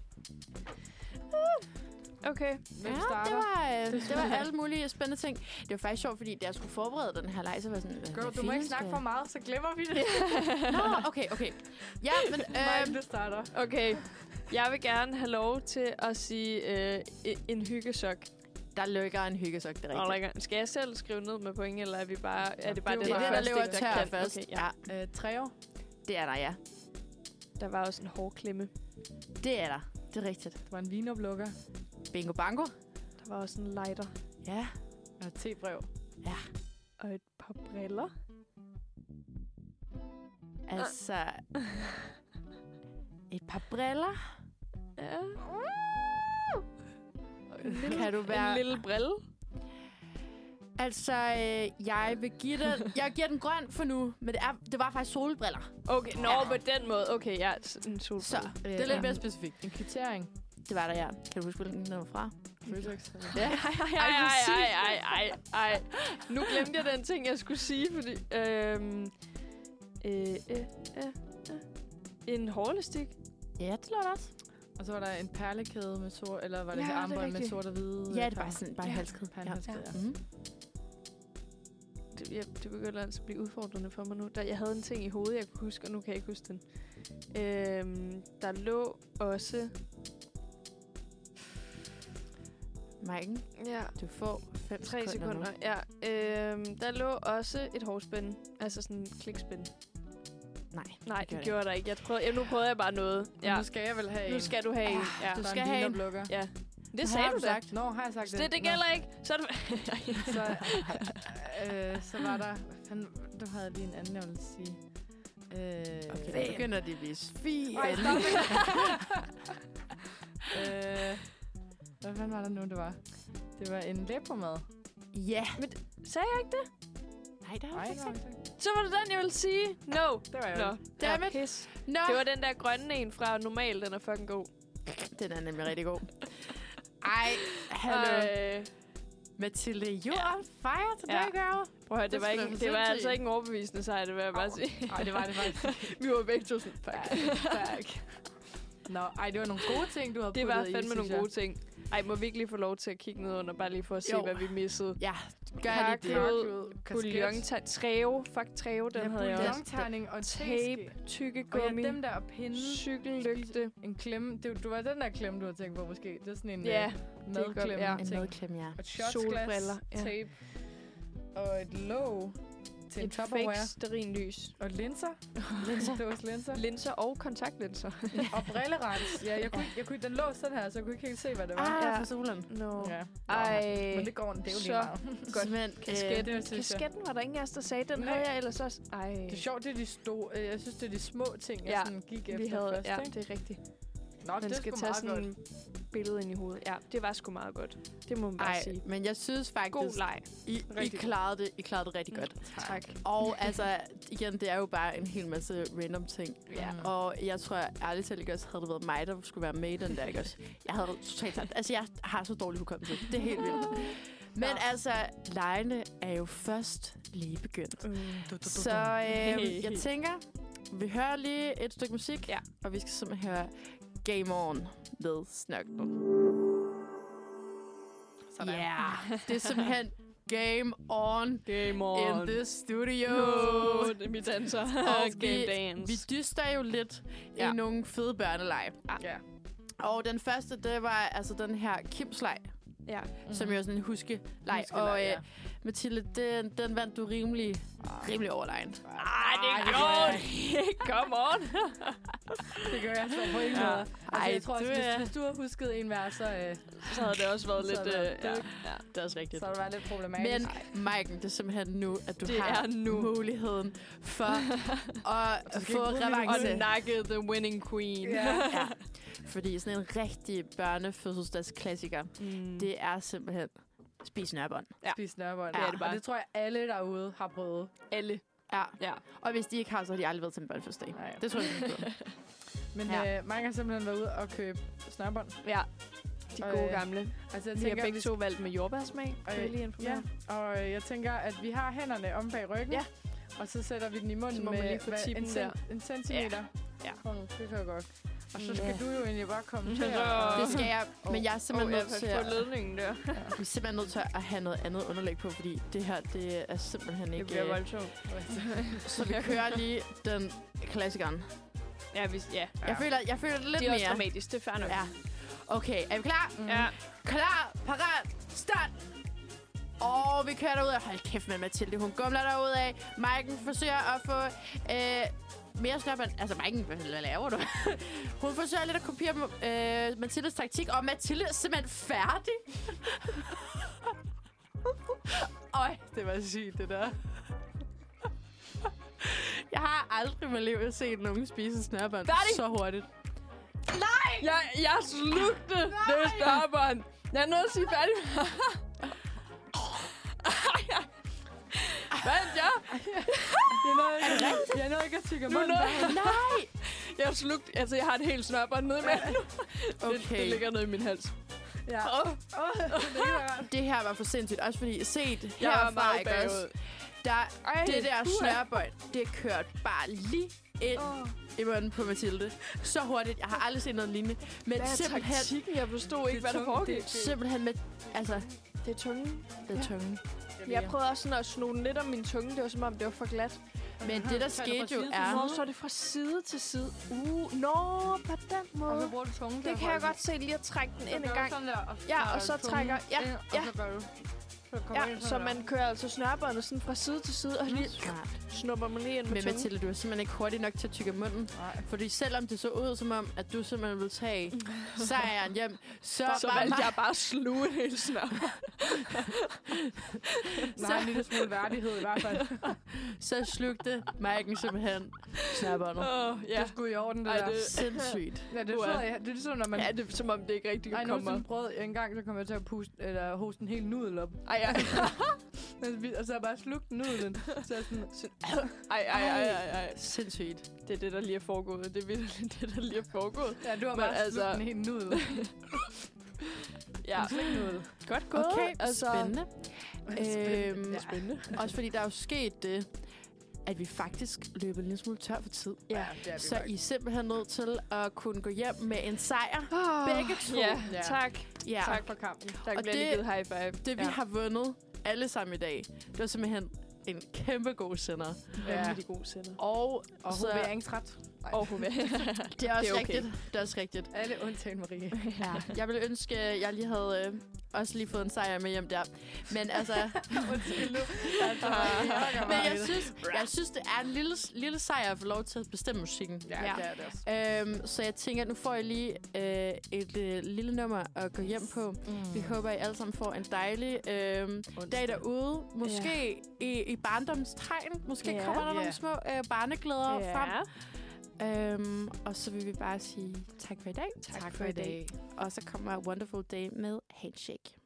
Okay. Hvem Ja, starter? det var, øh, det var alle mulige spændende ting. Det var faktisk sjovt, fordi da jeg skulle forberede den her leg, så var jeg sådan... hvad Girl, du må filen ikke snakke skal- for meget, så glemmer vi det. Nå, okay, okay. Ja, men... Nej, Øh, det starter. Okay. Jeg vil gerne have lov til at sige øh, e- en hyggesok. der ligger en hyggesok, det er Og rigtigt. der- Skal jeg selv skrive ned med point, eller er, vi bare, er det bare det det, er Det er bare det, der første, løber jeg tør kan? først. Okay, ja. Ja, Øh, tre år. det er der, ja. Der var også en hård klemme. Det er der. Det er rigtigt. Det var en vinoplukker. Bingo bango. Der var også en lighter. Ja. Og et tebrev. Ja. Og et par briller. Altså... Et par briller. Ja. Kan du være... En lille brille. Altså, øh, jeg vil give den... Jeg giver den grøn for nu, men det, er, det var faktisk solbriller. Okay, nå, Ja. på den måde. Okay, ja, s- en solbrille. Så, Øh, det er lidt mere specifikt. En kvittering. Det var der, ja. Kan du huske, hvilken den var fra? Føtex. Ja. Ej, ej, ej, ej, ej, ej, ej. Nu glemte jeg den ting, jeg skulle sige, fordi... Øhm, øh, øh, øh, øh. En hårlestik. Ja, det lå der også. Og så var der en perlekæde med sort, eller var det Ja, ja, det er armbånd med rigtigt. sort og hvide? Ja, det var sådan bare Ja. ja. halskæde. Perlehalskæde, ja. Mm. Det, jeg, det begynder altså at blive udfordrende for mig nu. Der, jeg havde en ting i hovedet, jeg kunne huske, og nu kan jeg ikke huske den. Øhm, der lå også... Maiken, Ja, du får fem tre sekunder. nu. Ja, øhm, der lå også et hårspænde. Altså sådan en klikspænde. Nej, Nej, det det, gør det gjorde der ikke. Jeg prøvede, ja, nu prøvede jeg bare noget. Ja. Ja, Nu skal jeg vel have en. nu skal du have en. Ja. du Der er skal en have en. vinoplukker. Ja. Det Har sagde du du da. sagt? Nå, har jeg sagt Så det? det, det Nå. gælder ikke. Så er det... Så, øh, så var der... Han, du havde lige en anden, jeg ville sige. Okay, nu begynder det at blive fint. Ej, stop øh, Hvad fanden var det nu, det var? Det var en lebermad. Ja. Men sagde jeg ikke det? Nej, det har Nej, jeg det ikke var sagt. ikke. Så var det den, jeg ville sige. No. Det var jeg Nå. jo. Dammit. Pis. Nå. Det var den der grønne en fra Normal. Den er fucking god. Den er nemlig rigtig god. Ej, hallo. Øh, Mathilde, you're on fire today, Ja. girl. prøv at høre, det, Det var, skulle ikke, da det var sindssygt. altså ikke en overbevisende sejr, det vil jeg bare sige. Nej, det var det faktisk. Vi var begge to sådan, fuck. Fuck. Nå, ej, det var nogle gode ting, du havde Det var puttet i, fandme synes nogle jeg. gode ting. Ej, må vi ikke lige få lov til at kigge ned under, bare lige for at se, Jo. hvad vi missede? Ja, gør lige det. Karklud, Kasket. bouillon, treo, fuck treo, den Ja, havde jeg også. bouillonterning og Tape, tape. Og tykkegummi, ja, dem der pinde. cykellygte. En klemme. Det, du var den der klemme, du har tænkt på måske. Det er sådan en Ja, øh, det er godt, madklemme ja. En ting. madklem, ja. Og et shotsglas, Solbriller, ja. tape og et låg til en Et fake Tupperware. stearinlys. Og linser. Linser. Det var linser. Linser og kontaktlinser. Og brillerens. Ja, jeg kunne, jeg kunne, den lå sådan her, så jeg kunne ikke helt se, hvad det var. Ah, Ja. for solen. No. Ja. Ej, Men det går, det er jo lige så meget. godt. Men, Kasket. det synes jeg. Kasketten var der ingen af os, der sagde. Den Nej. havde jeg ellers også. Ej, Det er sjovt, det er de store. Jeg synes, det er de små ting, jeg Ja, sådan gik vi efter havde, først. ja, ikke? det er rigtigt. Nå, Man det er skal sgu tage meget sådan godt. en billede ind i hovedet. Ja, det var sgu meget godt. Det må man bare Ej, sige. men jeg synes faktisk, God leg. I, I, Rigtig klarede det, I klarede det rigtig godt. Tak. Og altså, igen, det er jo bare en hel masse random ting. Ja. Mm. Og jeg tror, ærligt talt ikke også, havde det været mig, der skulle være med i den der, ikke også? Jeg havde totalt tabt. Altså, jeg har så dårlig hukommelse. Det er helt vildt. Men Ja. altså, legene er jo først lige begyndt. Mm. Så øh, jeg tænker, vi hører lige et stykke musik, Ja. og vi skal simpelthen høre Game On med Snuggle. Sådan. Ja, yeah. Det er simpelthen Game On Game on. in the studio. Oh, det er mit danser. Og Game vi, dance. vi dyster jo lidt ja. Ja. i nogle fede børnelege. Ja. Og den første, det var altså den her Kims-leg, Ja. mm. som jo er sådan en huskeleg. Huskeleg, Og øh, ja. Mathilde, den, den vandt du rimelig, rimelig overlegen. Ej, det det gjorde det. Come on. Det gør jeg så på ingen Ja. måde. Altså, Ej, jeg tror også, du hvis, er- hvis du har husket en hver, så, øh, Så havde det også været Så lidt... havde Øh, det været- ja. ja, det er også rigtigt. så har det været lidt problematisk. Men Maiken, det er simpelthen nu, at du Det har er nu. muligheden for at Så skal få jeg bruge min- revanche. Og nakke the winning queen. Ja. Ja. Fordi sådan en rigtig børnefødselsdagsklassiker, Mm. det er simpelthen spis nørbånd. Ja. Spise snørbånd. Ja, Ja, det det, bare. og det tror jeg, alle derude har prøvet. alle. Ja. Ja. Og hvis de ikke har, så har de aldrig været til en børnefødselsdag. Nej. Det tror jeg, de har. Men Ja. ja. øh, mange har simpelthen været ude og købe snørbånd. Ja. De Og, gode øh, gamle. Altså, jeg Vi har tænker, begge to valgt med jordbærsmag. Øh, Kan jeg lige informere? Ja, og øh, jeg tænker, at vi har hænderne om bag ryggen. Ja. Og så sætter vi den i munden Så må man med lige få hvad, tippen en, der. en centimeter. Ja. Kom, det kan jeg godt. Og så Mm. skal du jo egentlig bare komme til Så- at... Det skal jeg, men jeg er Åh, simpelthen jeg nødt til har at, fået ledningen der. vi er simpelthen nødt til at have noget andet underlæg på, fordi det her, det er simpelthen Det ikke... bliver øh, voldsomt. Så vi kører lige den klassikeren. Ja, vi, ja. Jeg føler, jeg føler det lidt Det er også mere. dramatisk. Det er fair nok. Ja. Okay, er vi klar? Mm. Ja. Klar, parat, start! Og vi kører derud. Hold kæft med Mathilde, hun gumler derud af. Maiken forsøger at få øh, mere snørbånd. Altså Maiken, hvad, hvad laver du? Hun forsøger lidt at kopiere øh, Mathildes taktik, og Mathilde er simpelthen færdig. Øj, det var sygt, det der. Jeg har aldrig i mit liv set nogen spise snørbånd Færdig! så hurtigt. Jeg, jeg slugte det snørbånd. Jeg er nødt til at sige færdig. Hvad er jeg? Jeg nåede ikke, jeg nåede ikke at tykke Nu munden. nåede- Nej! Jeg har slugt... Altså, jeg har et helt snørbånd nede i maven. Okay. Det, det ligger nede i min hals. Ja. Åh, Åh, det er rart. Det her var for sindssygt. Også fordi, set jeg er herfra, meget ikke også? bagud. Der, Ej, det der du er- snørbånd, det kørte bare lige ind Åh. i munden på Mathilde. Så hurtigt. Jeg har aldrig set noget lignende. Men Hvad er simpelthen, taktikken? Jeg forstod ikke, hvad der tungt. foregik. simpelthen med... Altså, Det er tungen. det er Ja. tungen. Jeg prøvede også sådan at sno den lidt om min tunge. Det var som om, det var for glat. Men det, der skete jo, Nå, er... så er det fra side til side. Uh, nå, på den Og så måde. bruger du tungen. Det kan jeg godt se lige at trække den ind en gang. Sådan der, og Ja, og så tungen trækker- ja, ind, ja. Og så gør du. Så kommer Ja, ind så sådan man kører altså snørbåndet sådan fra side til side, og lige Smart. snupper man lige ind med Men tungen. Mathilde, du er simpelthen ikke hurtig nok til at tykke munden. Nej. Fordi selvom det så ud som om, at du simpelthen vil tage sejren hjem, så, Så var valgte mig, jeg bare at sluge en hel snør. Nej, en lille smule værdighed i hvert fald. så slugte Maiken simpelthen snærbåndet. Åh, Ja. ja. Det skulle i orden, det Ej, der. det- Sindssygt. Ja, det, Uha. så, ja, det er ligesom, når man... Ja, det er som om, det ikke rigtig Ej, kommer. nogensinde prøvede en gang, så kom jeg til at puste, eller hoste en hel nudel op. Ej, ej. Og så har jeg bare slugt nudlen. Så jeg sådan... Ej, ej, ej, ej, ej. Sindssygt. Det er det, der lige er foregået. Det er virkelig det, der lige er foregået. Ja, du har Men bare altså- slugt en hel nudel. Ja, En sliknudel. godt gået. Okay, altså, spændende. Øhm, Ja. Spændende. Også fordi der er jo sket det, at vi faktisk løber en lille smule tør for tid. Ja. det er vi Så I er simpelthen nødt til at kunne gå hjem med en sejr. Oh, Begge to. Ja, Ja. tak. Ja. Tak. for kampen. Der Og bliver det- lige givet high five. Det, vi ja. har vundet alle sammen i dag, det var simpelthen en kæmpe god sender. Ja. Ja. De gode sender. Og, Og så, hoveringsret. Og hun det er også det er okay. rigtigt. Det er også rigtigt. Alle undtagen Marie. Ja. Jeg ville ønske, at jeg lige havde øh, også lige fået en sejr med hjem der. Men altså... Undskyld nu. Altså, Men jeg synes, jeg synes, det er en lille, lille sejr at få lov til at bestemme musikken. Ja, Ja. det er det også. Øhm, så jeg tænker, at nu får jeg lige øh, et øh, lille nummer at gå hjem på. Mm. Vi håber, at I alle sammen får en dejlig øh, dag derude. Måske ja. i, i barndomstegn. Måske Ja. kommer der Ja. nogle små øh, barneglæder Ja. frem. Øhm, og så vil vi bare sige tak for i dag. Tak for i dag. Og så kommer Wonderful Day med Handshake.